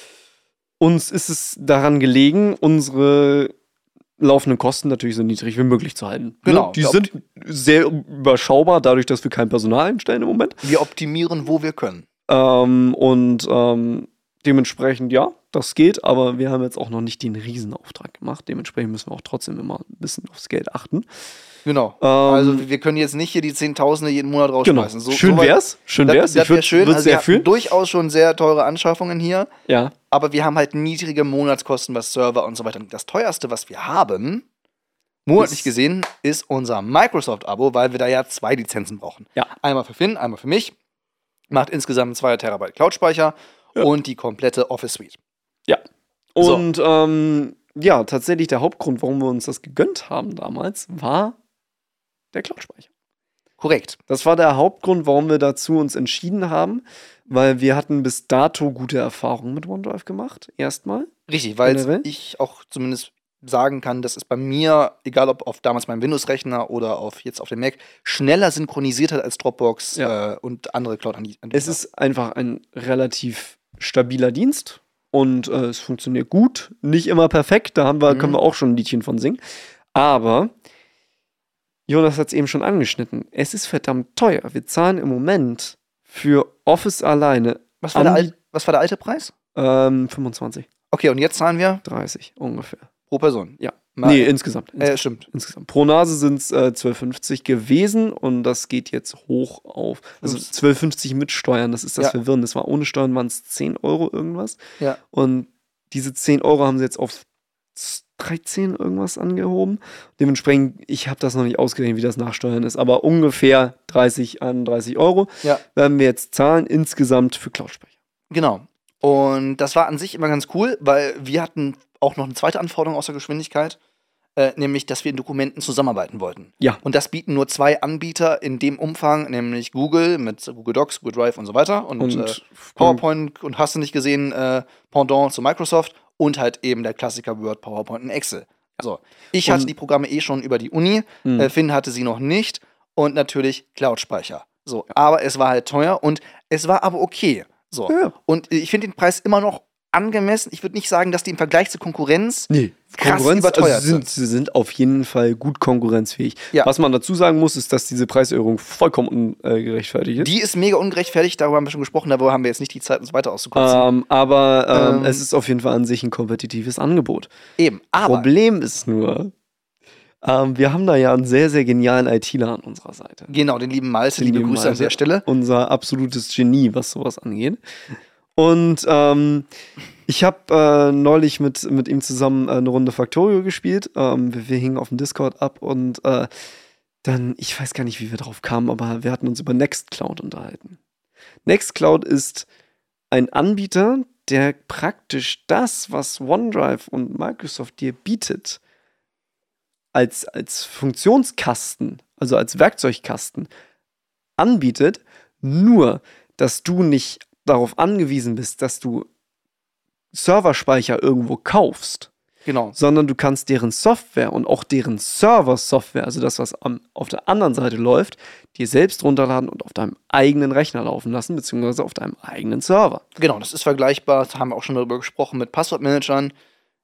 Speaker 2: uns ist es daran gelegen, unsere laufenden Kosten natürlich so niedrig wie möglich zu halten.
Speaker 1: Genau.
Speaker 2: Ne? Die
Speaker 1: Ja,
Speaker 2: sind sehr überschaubar, dadurch, dass wir kein Personal einstellen im Moment.
Speaker 1: wir optimieren, wo wir können.
Speaker 2: Ähm, und ähm, dementsprechend, ja, das geht, aber wir haben jetzt auch noch nicht den Riesenauftrag gemacht. Dementsprechend müssen wir auch trotzdem immer ein bisschen aufs Geld achten.
Speaker 1: Genau.
Speaker 2: Ähm,
Speaker 1: also wir können jetzt nicht hier die Zehntausende jeden Monat
Speaker 2: Genau.
Speaker 1: rausschmeißen. So,
Speaker 2: Schön
Speaker 1: so weit-
Speaker 2: wär's. Schön
Speaker 1: Das,
Speaker 2: wär's.
Speaker 1: das
Speaker 2: Ich
Speaker 1: wäre
Speaker 2: würde
Speaker 1: schön.
Speaker 2: würd
Speaker 1: Also wir
Speaker 2: sehr
Speaker 1: hatten
Speaker 2: fühlen.
Speaker 1: durchaus schon sehr teure Anschaffungen hier,
Speaker 2: Ja.
Speaker 1: aber wir haben halt niedrige Monatskosten, was Server und so weiter. Das teuerste, was wir haben, monatlich
Speaker 2: Ist-
Speaker 1: gesehen, ist unser Microsoft-Abo, weil wir da ja zwei Lizenzen brauchen.
Speaker 2: Ja.
Speaker 1: Einmal für Finn, einmal für mich. Macht insgesamt zwei Terabyte Cloud-Speicher
Speaker 2: Ja.
Speaker 1: und die komplette Office-Suite.
Speaker 2: Ja.
Speaker 1: So.
Speaker 2: Und ähm, ja, tatsächlich der Hauptgrund, warum wir uns das gegönnt haben damals, war der Cloud-Speicher.
Speaker 1: Korrekt.
Speaker 2: Das war der Hauptgrund, warum wir dazu uns entschieden haben, weil wir hatten bis dato gute Erfahrungen mit OneDrive gemacht, erstmal.
Speaker 1: Richtig, weil
Speaker 2: Generell?
Speaker 1: ich auch zumindest sagen kann, dass es bei mir, egal ob auf damals meinem Windows-Rechner oder auf jetzt auf dem Mac, schneller synchronisiert hat als Dropbox
Speaker 2: Ja.
Speaker 1: äh, und andere Cloud-Anbieter.
Speaker 2: Es ist einfach ein relativ stabiler Dienst und äh, es funktioniert gut. Nicht immer perfekt, da haben wir,
Speaker 1: Mhm.
Speaker 2: können wir auch schon ein Liedchen von singen. Aber Jonas hat es eben schon angeschnitten. Es ist verdammt teuer. Wir zahlen im Moment für Office alleine
Speaker 1: was, war der
Speaker 2: Anbie-
Speaker 1: al- was war der alte Preis?
Speaker 2: ähm, fünfundzwanzig,
Speaker 1: Okay, und jetzt zahlen wir
Speaker 2: dreißig ungefähr.
Speaker 1: pro Person.
Speaker 2: Ja.
Speaker 1: Mal-
Speaker 2: Nee, insgesamt.
Speaker 1: äh,
Speaker 2: insgesamt.
Speaker 1: stimmt.
Speaker 2: Insgesamt. Pro Nase sind es äh, zwölf fünfzig gewesen und das geht jetzt hoch auf. Also
Speaker 1: Fünf-
Speaker 2: zwölf fünfzig mit Steuern, das ist das
Speaker 1: Ja.
Speaker 2: Verwirrende. Das war ohne Steuern waren es zehn Euro irgendwas.
Speaker 1: Ja.
Speaker 2: Und diese zehn Euro haben sie jetzt auf dreizehn irgendwas angehoben. Dementsprechend, ich habe das noch nicht ausgerechnet, wie das nach Steuern ist, aber ungefähr dreißig, einunddreißig Euro
Speaker 1: Ja.
Speaker 2: werden wir jetzt zahlen insgesamt für Cloud-Speicher.
Speaker 1: Genau. Und das war an sich immer ganz cool, weil wir hatten auch noch eine zweite Anforderung außer Geschwindigkeit, äh, nämlich, dass wir in Dokumenten zusammenarbeiten wollten.
Speaker 2: Ja.
Speaker 1: Und das bieten nur zwei Anbieter in dem Umfang, nämlich Google mit Google Docs, Google Drive und so weiter und,
Speaker 2: Und
Speaker 1: äh, PowerPoint und hast du nicht gesehen, äh, Pendant zu Microsoft und halt eben der Klassiker Word, PowerPoint und Excel. So, ich hatte
Speaker 2: Und-
Speaker 1: die Programme eh schon über die Uni,
Speaker 2: Mhm.
Speaker 1: äh, Finn hatte sie noch nicht und natürlich Cloud-Speicher. So, aber es war halt teuer und es war aber okay. So.
Speaker 2: Ja.
Speaker 1: Und ich finde den Preis immer noch angemessen. Ich würde nicht sagen, dass die im Vergleich zur Konkurrenz
Speaker 2: Nee,
Speaker 1: krass
Speaker 2: Konkurrenz,
Speaker 1: überteuert
Speaker 2: also sie sind, sie sind auf jeden Fall gut konkurrenzfähig.
Speaker 1: Ja.
Speaker 2: Was man dazu sagen muss, ist, dass diese Preiserhöhung vollkommen ungerechtfertigt ist.
Speaker 1: Die ist mega ungerechtfertigt, darüber haben wir schon gesprochen, darüber haben wir jetzt nicht die Zeit, uns weiter auszukotzen.
Speaker 2: Ähm, aber ähm,
Speaker 1: Ähm.
Speaker 2: es ist auf jeden Fall an sich ein kompetitives Angebot.
Speaker 1: Eben, aber
Speaker 2: Problem ist nur, ähm, wir haben da ja einen sehr, sehr genialen ITler an unserer Seite.
Speaker 1: genau, den lieben Malte,
Speaker 2: Den
Speaker 1: liebe
Speaker 2: lieben
Speaker 1: Grüße an
Speaker 2: Malte.
Speaker 1: der Stelle.
Speaker 2: Unser absolutes Genie, was sowas angeht. Und ähm, ich habe äh, neulich mit, mit ihm zusammen äh, eine Runde Factorio gespielt. Ähm, wir, wir hingen auf dem Discord ab und äh, Dann, ich weiß gar nicht, wie wir drauf kamen, aber wir hatten uns über Nextcloud unterhalten. Nextcloud ist ein Anbieter, der praktisch das, was OneDrive und Microsoft dir bietet, als, als Funktionskasten, also als Werkzeugkasten anbietet, nur, dass du nicht darauf angewiesen bist, dass du Serverspeicher irgendwo kaufst,
Speaker 1: Genau.
Speaker 2: sondern du kannst deren Software und auch deren Server-Software, also das, was am, auf der anderen Seite läuft, dir selbst runterladen und auf deinem eigenen Rechner laufen lassen, beziehungsweise auf deinem eigenen Server.
Speaker 1: Genau, das ist vergleichbar, da haben wir auch schon darüber gesprochen, mit Passwortmanagern.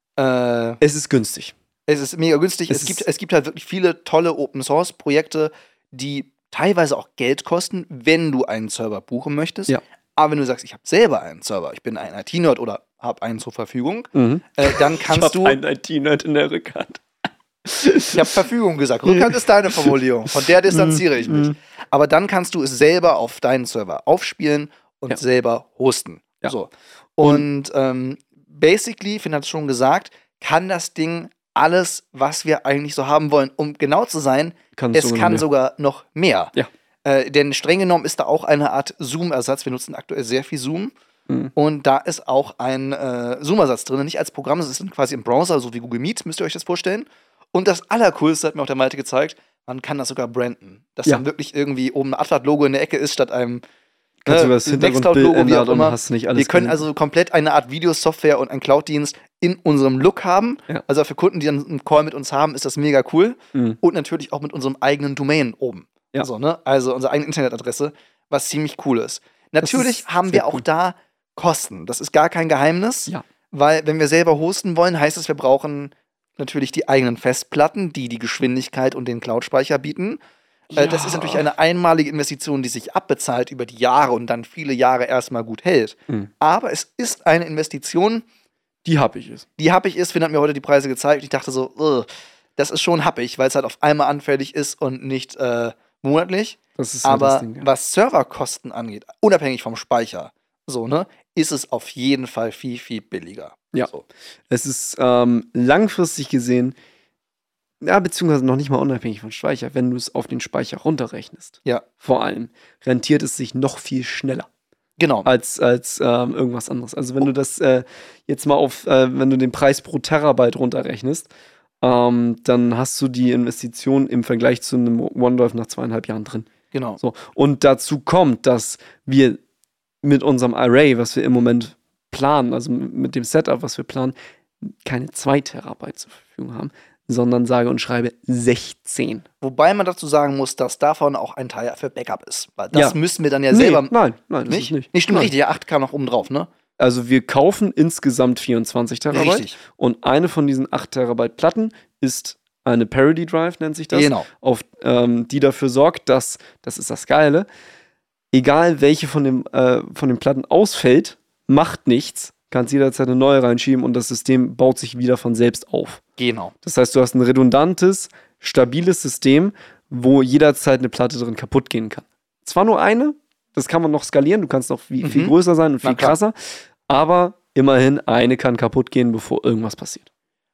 Speaker 1: Äh,
Speaker 2: Es ist günstig.
Speaker 1: es ist mega günstig.
Speaker 2: Es
Speaker 1: Es, gibt,
Speaker 2: ist-
Speaker 1: es gibt halt wirklich viele tolle Open-Source-Projekte, die teilweise auch Geld kosten, wenn du einen Server buchen möchtest.
Speaker 2: Ja.
Speaker 1: Aber wenn du sagst, ich habe selber einen Server, ich bin ein I T-Nerd oder habe einen zur Verfügung,
Speaker 2: Mhm.
Speaker 1: äh, dann kannst du.
Speaker 2: einen I T-Nerd in der Rückhand.
Speaker 1: Ich habe Verfügung gesagt. Rückhand ist deine Formulierung. Von der distanziere ich mich.
Speaker 2: Mhm.
Speaker 1: Aber dann kannst du es selber auf deinen Server aufspielen und
Speaker 2: Ja.
Speaker 1: selber hosten.
Speaker 2: Ja.
Speaker 1: So. Und ähm, basically, Finn hat es schon gesagt, kann das Ding alles, was wir eigentlich so haben wollen. Um genau zu sein,
Speaker 2: Kann
Speaker 1: es
Speaker 2: sogar
Speaker 1: kann
Speaker 2: mehr.
Speaker 1: sogar noch mehr.
Speaker 2: Ja.
Speaker 1: Äh, denn streng genommen ist da auch eine Art Zoom-Ersatz. Wir nutzen aktuell sehr viel Zoom.
Speaker 2: Mhm.
Speaker 1: Und da ist auch ein äh, Zoom-Ersatz drin. Nicht als Programm, es ist dann quasi im Browser, so wie Google Meet, müsst ihr euch das vorstellen. Und das Allercoolste hat mir auch der Malte gezeigt, man kann das sogar branden. Dass
Speaker 2: Ja.
Speaker 1: dann wirklich irgendwie oben ein Advert-Logo in der Ecke ist, statt einem
Speaker 2: Kannst
Speaker 1: äh,
Speaker 2: sogar das Hintergrundbild
Speaker 1: Nextcloud-Logo, wie
Speaker 2: ändern
Speaker 1: auch
Speaker 2: und
Speaker 1: immer.
Speaker 2: hast nicht alles
Speaker 1: Wir können
Speaker 2: gesehen.
Speaker 1: also komplett eine Art Videosoftware und einen Cloud-Dienst in unserem Look haben.
Speaker 2: Ja.
Speaker 1: Also für Kunden, die dann einen Call mit uns haben, ist das mega cool.
Speaker 2: Mhm.
Speaker 1: Und natürlich auch mit unserem eigenen Domain oben.
Speaker 2: Ja.
Speaker 1: So, ne? Also unsere eigene Internetadresse, was ziemlich cool ist. Natürlich
Speaker 2: ist
Speaker 1: haben
Speaker 2: sehr
Speaker 1: wir auch
Speaker 2: cool.
Speaker 1: da Kosten. Das ist gar kein Geheimnis.
Speaker 2: Ja.
Speaker 1: Weil, wenn wir selber hosten wollen, heißt es, wir brauchen natürlich die eigenen Festplatten, die die Geschwindigkeit und den Cloud-Speicher bieten. Äh, Das ist natürlich eine einmalige Investition, die sich abbezahlt über die Jahre und dann viele Jahre erstmal gut hält.
Speaker 2: Mhm.
Speaker 1: Aber es ist eine Investition,
Speaker 2: Die habe ich es.
Speaker 1: die happig ist. Finn hat mir heute die Preise gezeigt. Ich dachte so, ugh, das ist schon happig, weil es halt auf einmal anfällig ist und nicht äh, monatlich.
Speaker 2: Das ist halt
Speaker 1: Aber
Speaker 2: das Ding, ja.
Speaker 1: was Serverkosten angeht, unabhängig vom Speicher, so, ne, ist es auf jeden Fall viel, viel billiger.
Speaker 2: Ja.
Speaker 1: So.
Speaker 2: Es ist ähm, langfristig gesehen, ja, beziehungsweise noch nicht mal unabhängig von Speicher, wenn du es auf den Speicher runterrechnest.
Speaker 1: Ja.
Speaker 2: Vor allem rentiert es sich noch viel schneller
Speaker 1: Genau.
Speaker 2: als, als ähm, irgendwas anderes. Also wenn du das äh, jetzt mal auf, äh, wenn du den Preis pro Terabyte runterrechnest, ähm, dann hast du die Investition im Vergleich zu einem OneDrive nach zweieinhalb Jahren drin.
Speaker 1: Genau.
Speaker 2: So. Und dazu kommt, dass wir mit unserem Array, was wir im Moment planen, also mit dem Setup, was wir planen, keine zwei Terabyte zur Verfügung haben, sondern sage und schreibe sechzehn.
Speaker 1: Wobei man dazu sagen muss, dass davon auch ein Teil für Backup ist. Weil das
Speaker 2: Ja.
Speaker 1: müssen wir dann ja selber.
Speaker 2: Nee, nein, nein, das
Speaker 1: nicht?
Speaker 2: ist nicht.
Speaker 1: Nicht stimmt
Speaker 2: Nein.
Speaker 1: richtig, ja, acht kam noch oben drauf, ne?
Speaker 2: Also wir kaufen insgesamt vierundzwanzig Terabyte.
Speaker 1: Richtig.
Speaker 2: Und eine von diesen acht Terabyte Platten ist eine Parity Drive, nennt sich das.
Speaker 1: Genau.
Speaker 2: Auf, ähm, die dafür sorgt, dass, das ist das Geile, egal welche von, dem, äh, von den Platten ausfällt, macht nichts, kannst jederzeit eine neue reinschieben und das System baut sich wieder von selbst auf.
Speaker 1: Genau.
Speaker 2: Das heißt, du hast ein redundantes, stabiles System, wo jederzeit eine Platte drin kaputt gehen kann. Zwar nur eine, das kann man noch skalieren, du kannst noch viel,
Speaker 1: Mhm.
Speaker 2: viel größer sein und
Speaker 1: Na
Speaker 2: viel
Speaker 1: klar.
Speaker 2: krasser, aber immerhin eine kann kaputt gehen, bevor irgendwas passiert.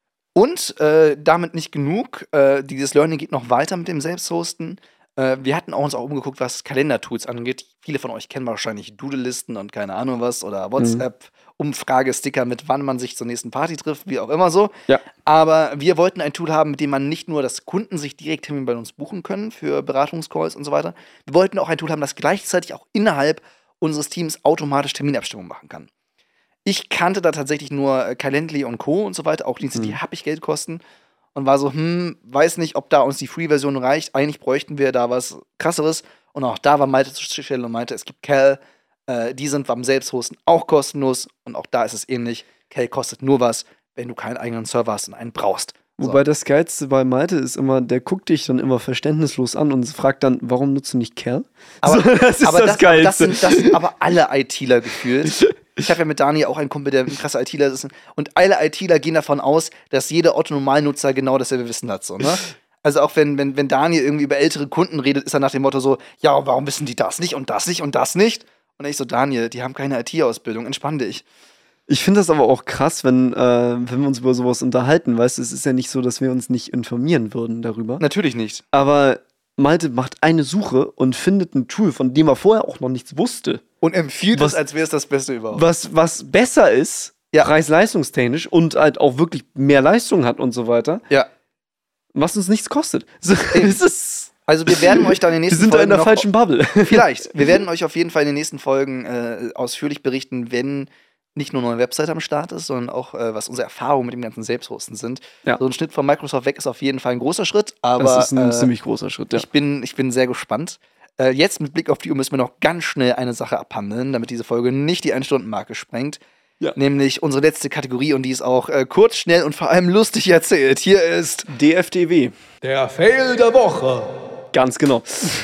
Speaker 1: Und äh, damit nicht genug. Äh, dieses Learning geht noch weiter mit dem Selbsthosten. Äh, wir hatten auch uns auch umgeguckt, was Kalendertools angeht. Viele von euch kennen wahrscheinlich Doodle-Listen und keine Ahnung was oder WhatsApp, Umfragesticker mit wann man sich zur nächsten Party trifft, wie auch immer so.
Speaker 2: Ja.
Speaker 1: Aber wir wollten ein Tool haben, mit dem man nicht nur, dass Kunden sich direkt Termin bei uns buchen können für Beratungscalls und so weiter. Wir wollten auch ein Tool haben, das gleichzeitig auch innerhalb unseres Teams automatisch Terminabstimmung machen kann. Ich kannte da tatsächlich nur äh, Calendly und Co. und so weiter, auch Dienste, die
Speaker 2: Mhm.
Speaker 1: happig Geld kosten. Und war so, hm, weiß nicht, ob da uns die Free-Version reicht. Eigentlich bräuchten wir da was Krasseres. Und auch da war Malte zur Stelle und meinte, es gibt Cal, äh, die sind beim Selbsthosten auch kostenlos. Und auch da ist es ähnlich. Cal kostet nur was, wenn du keinen eigenen Server hast und einen brauchst. So.
Speaker 2: Wobei das Geilste bei Malte ist immer, der guckt dich dann immer verständnislos an und fragt dann, warum nutzt du nicht Cal?
Speaker 1: Aber,
Speaker 2: So, das ist
Speaker 1: aber
Speaker 2: das,
Speaker 1: das, aber das,
Speaker 2: Geilste.
Speaker 1: sind, das sind aber alle ITler gefühlt. Ich habe ja mit Dani auch einen Kumpel, der ein krasser ITler ist. Und alle ITler gehen davon aus, dass jeder Otto-Normalnutzer genau dasselbe Wissen hat. So, ne? Also auch wenn, wenn, wenn Dani irgendwie über ältere Kunden redet, ist er nach dem Motto so, ja, warum wissen die das nicht und das nicht und das nicht? Und ich so, Daniel, die haben keine I T-Ausbildung, entspann dich.
Speaker 2: Ich finde das aber auch krass, wenn, äh, wenn wir uns über sowas unterhalten. Weißt du, es ist ja nicht so, dass wir uns nicht informieren würden darüber.
Speaker 1: Natürlich nicht.
Speaker 2: Aber Malte macht eine Suche und findet ein Tool, von dem er vorher auch noch nichts wusste.
Speaker 1: Und empfiehlt
Speaker 2: Was-
Speaker 1: es, als wäre es das Beste überhaupt.
Speaker 2: Was, was besser ist,
Speaker 1: Ja.
Speaker 2: preis-leistungstechnisch und halt auch wirklich mehr Leistung hat und so weiter,
Speaker 1: Ja.
Speaker 2: was uns nichts kostet. So, es ist,
Speaker 1: Also wir werden euch dann in den
Speaker 2: wir
Speaker 1: nächsten
Speaker 2: sind da in
Speaker 1: Folgen
Speaker 2: der
Speaker 1: noch
Speaker 2: falschen Bubble.
Speaker 1: Vielleicht. Wir werden euch auf jeden Fall in den nächsten Folgen äh, ausführlich berichten, wenn nicht nur eine neue Website am Start ist, sondern auch, äh, was unsere Erfahrungen mit dem ganzen Selbsthosten sind.
Speaker 2: Ja.
Speaker 1: So ein Schnitt von Microsoft weg ist auf jeden Fall ein großer Schritt, aber
Speaker 2: Das ist ein
Speaker 1: äh,
Speaker 2: ziemlich großer Schritt, ja.
Speaker 1: ich, bin, ich bin sehr gespannt. Äh, jetzt mit Blick auf die Uhr müssen wir noch ganz schnell eine Sache abhandeln, damit diese Folge nicht die Ein-Stunden-Marke sprengt.
Speaker 2: Ja.
Speaker 1: Nämlich unsere letzte Kategorie und die ist auch äh, kurz, schnell und vor allem lustig erzählt. Hier ist
Speaker 2: D F D W.
Speaker 3: Der Fail der Woche.
Speaker 2: Ganz genau.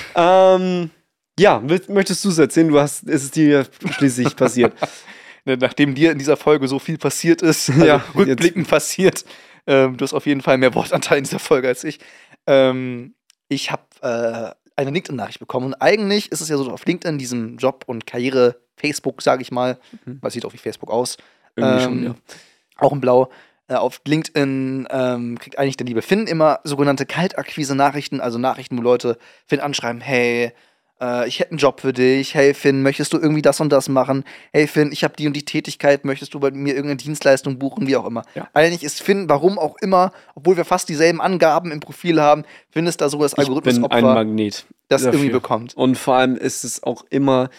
Speaker 2: ähm, ja, willst, möchtest du es erzählen? Du hast, es ist dir schließlich passiert.
Speaker 1: Ne, nachdem dir in dieser Folge so viel passiert ist, also
Speaker 2: Ja,
Speaker 1: rückblickend passiert, ähm, du hast auf jeden Fall mehr Wortanteil in dieser Folge als ich. Ähm, ich habe äh, eine LinkedIn-Nachricht bekommen und eigentlich ist es ja so auf LinkedIn, diesem Job- und Karriere-Facebook, sage ich mal,
Speaker 2: Mhm.
Speaker 1: weil sieht auch wie Facebook aus,
Speaker 2: Irgendwie schon,
Speaker 1: ähm,
Speaker 2: ja.
Speaker 1: auch in Blau. Äh, auf LinkedIn ähm, kriegt eigentlich der liebe Finn immer sogenannte Kaltakquise-Nachrichten, also Nachrichten, wo Leute Finn anschreiben, hey, äh, ich hätte einen Job für dich, hey Finn, möchtest du irgendwie das und das machen? Hey Finn, ich habe die und die Tätigkeit, möchtest du bei mir irgendeine Dienstleistung buchen, wie auch immer.
Speaker 2: Ja.
Speaker 1: Eigentlich ist Finn, warum auch immer, obwohl wir fast dieselben Angaben im Profil haben, Finn ist da so das
Speaker 2: Ich bin ein
Speaker 1: Algorithmusopfer,
Speaker 2: Magnet.
Speaker 1: das
Speaker 2: dafür.
Speaker 1: irgendwie bekommt.
Speaker 2: Und vor allem ist es auch immer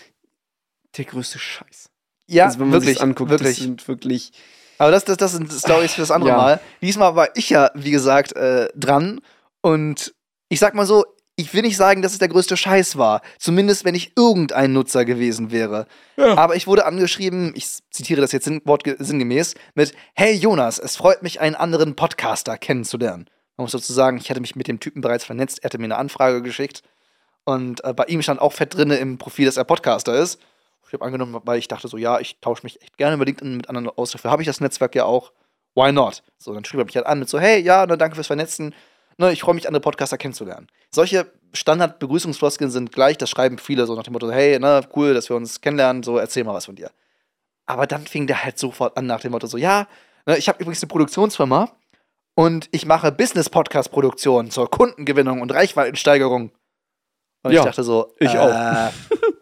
Speaker 2: der größte Scheiß.
Speaker 1: Ja,
Speaker 2: also wenn man
Speaker 1: wirklich,
Speaker 2: sich anguckt,
Speaker 1: wirklich.
Speaker 2: das sind wirklich.
Speaker 1: Aber das, das, das sind Storys für das andere
Speaker 2: Ja.
Speaker 1: Mal. Diesmal war ich ja, wie gesagt, äh, dran. Und ich sag mal so, ich will nicht sagen, dass es der größte Scheiß war. Zumindest, wenn ich irgendein Nutzer gewesen wäre.
Speaker 2: Ja.
Speaker 1: Aber ich wurde angeschrieben, ich zitiere das jetzt sinn- wortge- sinngemäß, mit Hey Jonas, es freut mich, einen anderen Podcaster kennenzulernen. Man muss dazu sagen, ich hatte mich mit dem Typen bereits vernetzt. Er hatte mir eine Anfrage geschickt. Und äh, bei ihm stand auch fett drin im Profil, dass er Podcaster ist. Ich habe angenommen, weil ich dachte so, ja, ich tausche mich echt gerne über LinkedIn mit anderen aus. Dafür habe ich das Netzwerk ja auch. Why not? So, dann schrieb er mich halt an mit so, hey, ja, na, danke fürs Vernetzen. Ne, ich freue mich, andere Podcaster kennenzulernen. Solche Standard-Begrüßungsfloskeln sind gleich, das schreiben viele so nach dem Motto, hey, ne, cool, dass wir uns kennenlernen, so, erzähl mal was von dir. Aber dann fing der halt sofort an nach dem Motto so, ja, ne, ich habe übrigens eine Produktionsfirma und ich mache Business-Podcast-Produktion zur Kundengewinnung und Reichweitensteigerung. Und
Speaker 2: Ja,
Speaker 1: ich dachte so,
Speaker 2: ich
Speaker 1: äh,
Speaker 2: auch.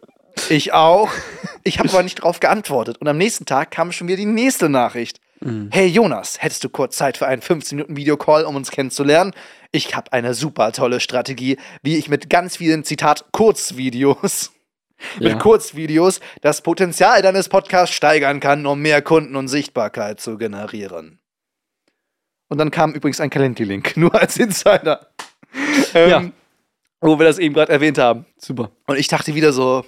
Speaker 1: Ich auch. Ich habe aber nicht drauf geantwortet. Und am nächsten Tag kam schon wieder die nächste Nachricht.
Speaker 2: Mhm.
Speaker 1: Hey Jonas, hättest du kurz Zeit für einen fünfzehn Minuten Videocall, um uns kennenzulernen? Ich habe eine super tolle Strategie, wie ich mit ganz vielen, Zitat, Kurzvideos,
Speaker 2: Ja.
Speaker 1: mit Kurzvideos das Potenzial deines Podcasts steigern kann, um mehr Kunden und Sichtbarkeit zu generieren. Und dann kam übrigens ein Calendly-Link, nur als Insider. ähm,
Speaker 2: Ja.
Speaker 1: Wo wir das eben gerade erwähnt haben.
Speaker 2: Super.
Speaker 1: Und ich dachte wieder so,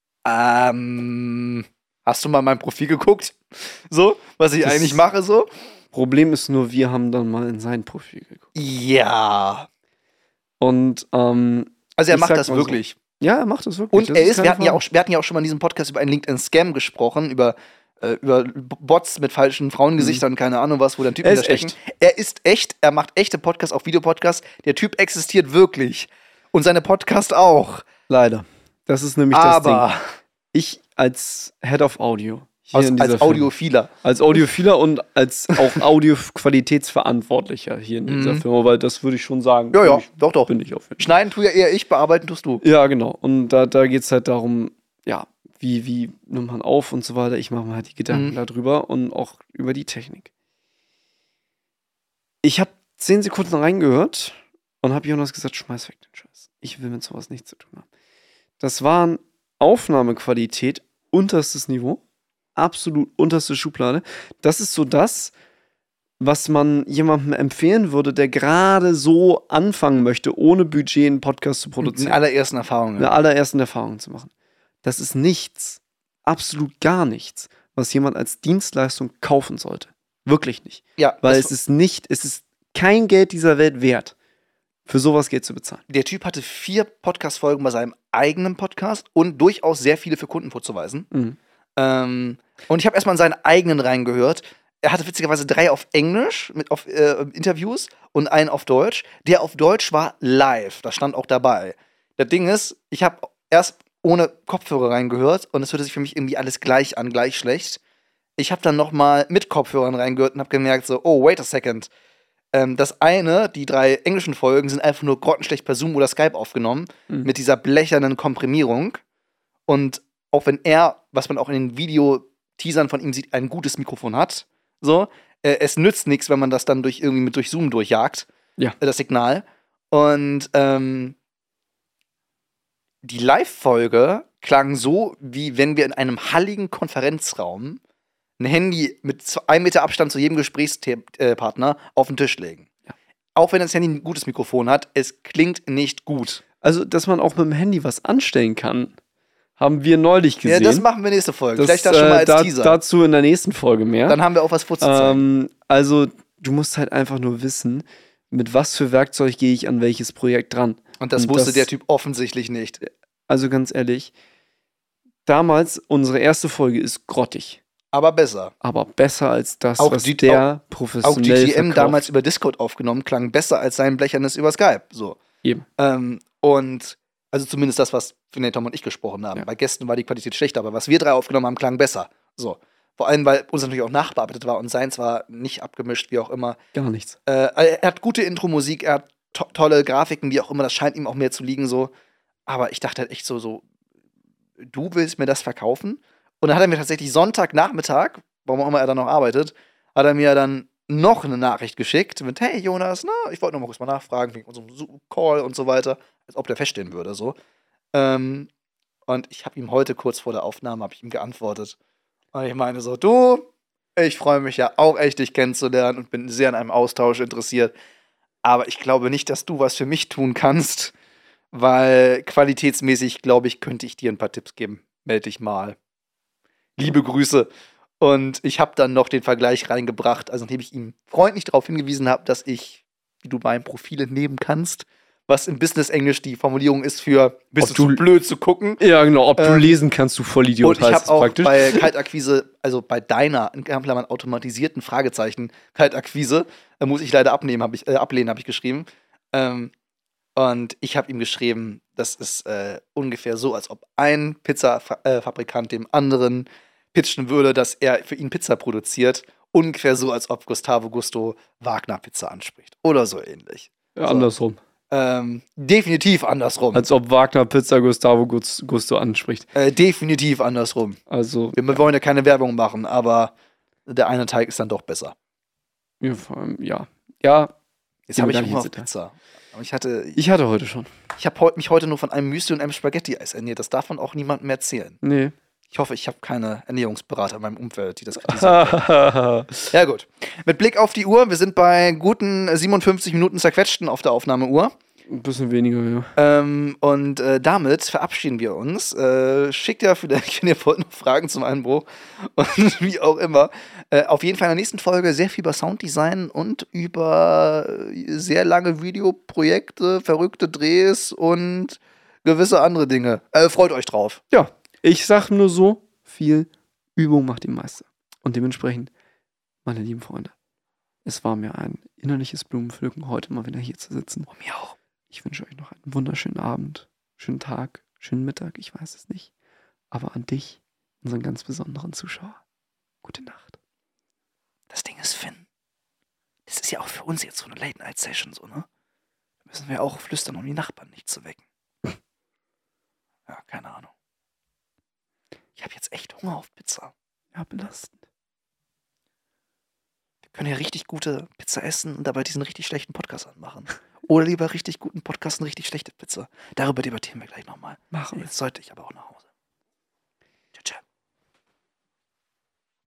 Speaker 1: ähm, hast du mal mein Profil geguckt? So, was ich
Speaker 2: Das-
Speaker 1: eigentlich mache, so?
Speaker 2: Problem ist nur, wir haben dann mal in sein Profil geguckt.
Speaker 1: Ja.
Speaker 2: Und, ähm,
Speaker 1: Also er
Speaker 2: Ich
Speaker 1: macht
Speaker 2: sag
Speaker 1: das
Speaker 2: mal so.
Speaker 1: wirklich.
Speaker 2: ja, er macht das wirklich.
Speaker 1: Und
Speaker 2: Das
Speaker 1: er ist,
Speaker 2: keine
Speaker 1: wir hatten, ja
Speaker 2: Frage.
Speaker 1: auch, wir hatten ja auch schon mal in diesem Podcast über einen LinkedIn-Scam gesprochen, über, äh, über Bots mit falschen Frauengesichtern, keine Ahnung was, wo dann Typen
Speaker 2: Er ist
Speaker 1: hinterstecken. Er ist echt, er macht echte Podcasts, auch Videopodcasts. Der Typ existiert wirklich. Und seine Podcast auch.
Speaker 2: Leider. Das ist nämlich das
Speaker 1: Aber
Speaker 2: Ding. Ich als Head of Audio hier
Speaker 1: aus,
Speaker 2: in dieser
Speaker 1: als
Speaker 2: Firma,
Speaker 1: Audiophiler.
Speaker 2: als Audiophiler und als auch Audioqualitätsverantwortlicher hier in dieser
Speaker 1: Mhm.
Speaker 2: Firma, weil das würde ich schon sagen.
Speaker 1: Ja, ja,
Speaker 2: bin ich,
Speaker 1: doch, doch.
Speaker 2: Bin ich auf jeden Fall.
Speaker 1: Schneiden tu ja eher ich, bearbeiten tust du.
Speaker 2: Ja, genau. Und da, da geht es halt darum, ja, wie, wie nimmt man auf und so weiter. Ich mache mir halt die Gedanken
Speaker 1: Mhm.
Speaker 2: darüber und auch über die Technik. Ich habe zehn Sekunden reingehört und habe Jonas gesagt, schmeiß weg den Scheiß. Ich will mit sowas nichts zu tun haben. Das waren Aufnahmequalität, unterstes Niveau, absolut unterste Schublade. Das ist so das, was man jemandem empfehlen würde, der gerade so anfangen möchte, ohne Budget einen Podcast zu
Speaker 1: In
Speaker 2: produzieren.
Speaker 1: allerersten Erfahrungen.
Speaker 2: Eine allerersten Erfahrung zu machen. Das ist nichts, absolut gar nichts, was jemand als Dienstleistung kaufen sollte. Wirklich nicht.
Speaker 1: Ja,
Speaker 2: Weil
Speaker 1: das-
Speaker 2: es ist nicht, es ist kein Geld dieser Welt wert, für sowas Geld zu bezahlen.
Speaker 1: der Typ hatte vier Podcast-Folgen bei seinem eigenen Podcast und durchaus sehr viele für Kunden vorzuweisen.
Speaker 2: Mhm.
Speaker 1: Ähm, und ich habe erstmal in seinen eigenen reingehört. Er hatte witzigerweise drei auf Englisch mit auf äh, Interviews und einen auf Deutsch. Der auf Deutsch war live. Das stand auch dabei. Das Ding ist, ich habe erst ohne Kopfhörer reingehört und es hörte sich für mich irgendwie alles gleich an, gleich schlecht. Ich habe dann noch mal mit Kopfhörern reingehört und habe gemerkt so, oh, wait a second. Ähm, das eine, die drei englischen Folgen, sind einfach nur grottenschlecht per Zoom oder Skype aufgenommen,
Speaker 2: Mhm.
Speaker 1: mit dieser blechernen Komprimierung. Und auch wenn er, was man auch in den Videoteasern von ihm sieht, ein gutes Mikrofon hat, so, äh, es nützt nichts, wenn man das dann durch irgendwie mit durch Zoom durchjagt,
Speaker 2: Ja.
Speaker 1: äh, das Signal. Und ähm, die Live-Folge klang so, wie wenn wir in einem halligen Konferenzraum ein Handy mit z- einem Meter Abstand zu jedem Gesprächspartner auf den Tisch legen.
Speaker 2: Ja.
Speaker 1: Auch wenn das Handy ein gutes Mikrofon hat, es klingt nicht gut.
Speaker 2: Also, dass man auch mit dem Handy was anstellen kann, haben wir neulich gesehen.
Speaker 1: Ja, das machen wir nächste Folge.
Speaker 2: Das,
Speaker 1: Vielleicht das schon mal
Speaker 2: äh,
Speaker 1: als
Speaker 2: da,
Speaker 1: Teaser.
Speaker 2: Dazu in der nächsten Folge mehr.
Speaker 1: Dann haben wir auch was vorzuzeigen.
Speaker 2: Ähm, also, du musst halt einfach nur wissen, mit was für Werkzeug gehe ich an welches Projekt dran.
Speaker 1: Und das
Speaker 2: und
Speaker 1: wusste
Speaker 2: das-
Speaker 1: der Typ offensichtlich nicht.
Speaker 2: Also ganz ehrlich, damals, unsere erste Folge ist grottig,
Speaker 1: Aber besser.
Speaker 2: aber besser als das,
Speaker 1: Auch
Speaker 2: was
Speaker 1: die-
Speaker 2: der
Speaker 1: Auch
Speaker 2: professionell
Speaker 1: G T M
Speaker 2: verkauft.
Speaker 1: damals über Discord aufgenommen klang besser als sein blechernes über Skype. So.
Speaker 2: Eben.
Speaker 1: Ähm, und also zumindest das, was Finlay, Tom und ich gesprochen haben.
Speaker 2: Ja.
Speaker 1: Bei Gästen war die Qualität schlechter, aber was wir drei aufgenommen haben, klang besser. So. Vor allem, weil uns natürlich auch nachbearbeitet war und seins war nicht abgemischt, wie auch immer.
Speaker 2: Gar nichts.
Speaker 1: Äh, er hat gute Intro-Musik, er hat to tolle Grafiken, wie auch immer, das scheint ihm auch mehr zu liegen so. Aber ich dachte halt echt so, so, du willst mir das verkaufen? Und dann hat er mir tatsächlich Sonntagnachmittag, warum auch immer er dann noch arbeitet, hat er mir dann noch eine Nachricht geschickt mit, hey Jonas, na, ich wollte noch mal kurz mal nachfragen wegen unserem Zoom- Call und so weiter, als ob der feststehen würde, so. Ähm, und ich habe ihm heute kurz vor der Aufnahme, habe ich ihm geantwortet. Und ich meine so, du, ich freue mich ja auch echt, dich kennenzulernen und bin sehr an einem Austausch interessiert. Aber ich glaube nicht, dass du was für mich tun kannst, weil qualitätsmäßig, glaube ich, könnte ich dir ein paar Tipps geben. Meld dich mal. Liebe Grüße. Und ich habe dann noch den Vergleich reingebracht, also nachdem ich ihm freundlich darauf hingewiesen habe, dass ich, wie du mein Profil entnehmen kannst, was im Business-Englisch die Formulierung ist für, bist
Speaker 2: Ob
Speaker 1: du
Speaker 2: du-
Speaker 1: zu blöd zu gucken?
Speaker 2: Ja, genau. Ob du
Speaker 1: Ähm,
Speaker 2: lesen kannst, du Vollidiot,
Speaker 1: Und ich
Speaker 2: heißt
Speaker 1: habe
Speaker 2: es
Speaker 1: auch
Speaker 2: praktisch.
Speaker 1: bei Kaltakquise, also bei deiner, in Klammern automatisierten Fragezeichen, Kaltakquise, äh, muss ich leider abnehmen, hab ich, äh, ablehnen, habe ich geschrieben. Ähm, und ich habe ihm geschrieben, das ist äh, ungefähr so, als ob ein Pizzafabrikant dem anderen pitchen würde, dass er für ihn Pizza produziert. Ungefähr so, als ob Gustavo Gusto Wagner Pizza anspricht. Oder so ähnlich.
Speaker 2: ja, andersrum.
Speaker 1: Ähm, definitiv andersrum.
Speaker 2: Als ob Wagner Pizza Gustavo Gus- Gusto anspricht.
Speaker 1: äh, definitiv andersrum.
Speaker 2: Also,
Speaker 1: Wir wollen ja keine Werbung machen, aber der eine Teig ist dann doch besser.
Speaker 2: ja, vor allem, ja. Ja,
Speaker 1: Jetzt
Speaker 2: Gehen
Speaker 1: habe
Speaker 2: wir
Speaker 1: ich
Speaker 2: gar nicht
Speaker 1: Hunger auf
Speaker 2: ins Detail.
Speaker 1: Pizza. Aber ich hatte,
Speaker 2: ich hatte heute schon.
Speaker 1: ich habe heut, mich heute nur von einem Müsli und einem Spaghetti-Eis ernährt. Das darf man auch niemandem erzählen.
Speaker 2: Nee.
Speaker 1: Ich hoffe, ich habe keine Ernährungsberater in meinem Umfeld, die das kritisieren. Ja, gut. Mit Blick auf die Uhr, wir sind bei guten siebenundfünfzig Minuten zerquetschten auf der Aufnahmeuhr.
Speaker 2: Ein bisschen weniger, ja.
Speaker 1: Ähm, und äh, damit verabschieden wir uns. Äh, schickt ja vielleicht, wenn ihr wollt, noch Fragen zum Einbruch und wie auch immer. Äh, auf jeden Fall in der nächsten Folge sehr viel über Sounddesign und über äh, sehr lange Videoprojekte, verrückte Drehs und gewisse andere Dinge. Äh, freut euch drauf.
Speaker 2: Ja, ich sag nur so, viel Übung macht den Meister. Und dementsprechend, meine lieben Freunde, es war mir ein innerliches Blumenpflücken, heute mal wieder hier zu sitzen.
Speaker 1: Oh, mir auch.
Speaker 2: Ich wünsche euch noch einen wunderschönen Abend, schönen Tag, schönen Mittag, ich weiß es nicht. Aber an dich, unseren ganz besonderen Zuschauer, gute Nacht.
Speaker 1: Das Ding ist, Finn, das ist ja auch für uns jetzt so eine Late-Night-Session, so, ne? Da müssen wir auch flüstern, um die Nachbarn nicht zu wecken. Ja, keine Ahnung. Ich habe jetzt echt Hunger auf Pizza.
Speaker 2: Ja, belastend.
Speaker 1: Wir können ja richtig gute Pizza essen und dabei diesen richtig schlechten Podcast anmachen. Oder lieber richtig guten Podcast und richtig schlechte Pizza. Darüber debattieren wir gleich nochmal.
Speaker 2: Machen wir.
Speaker 1: Jetzt sollte ich aber auch nach Hause.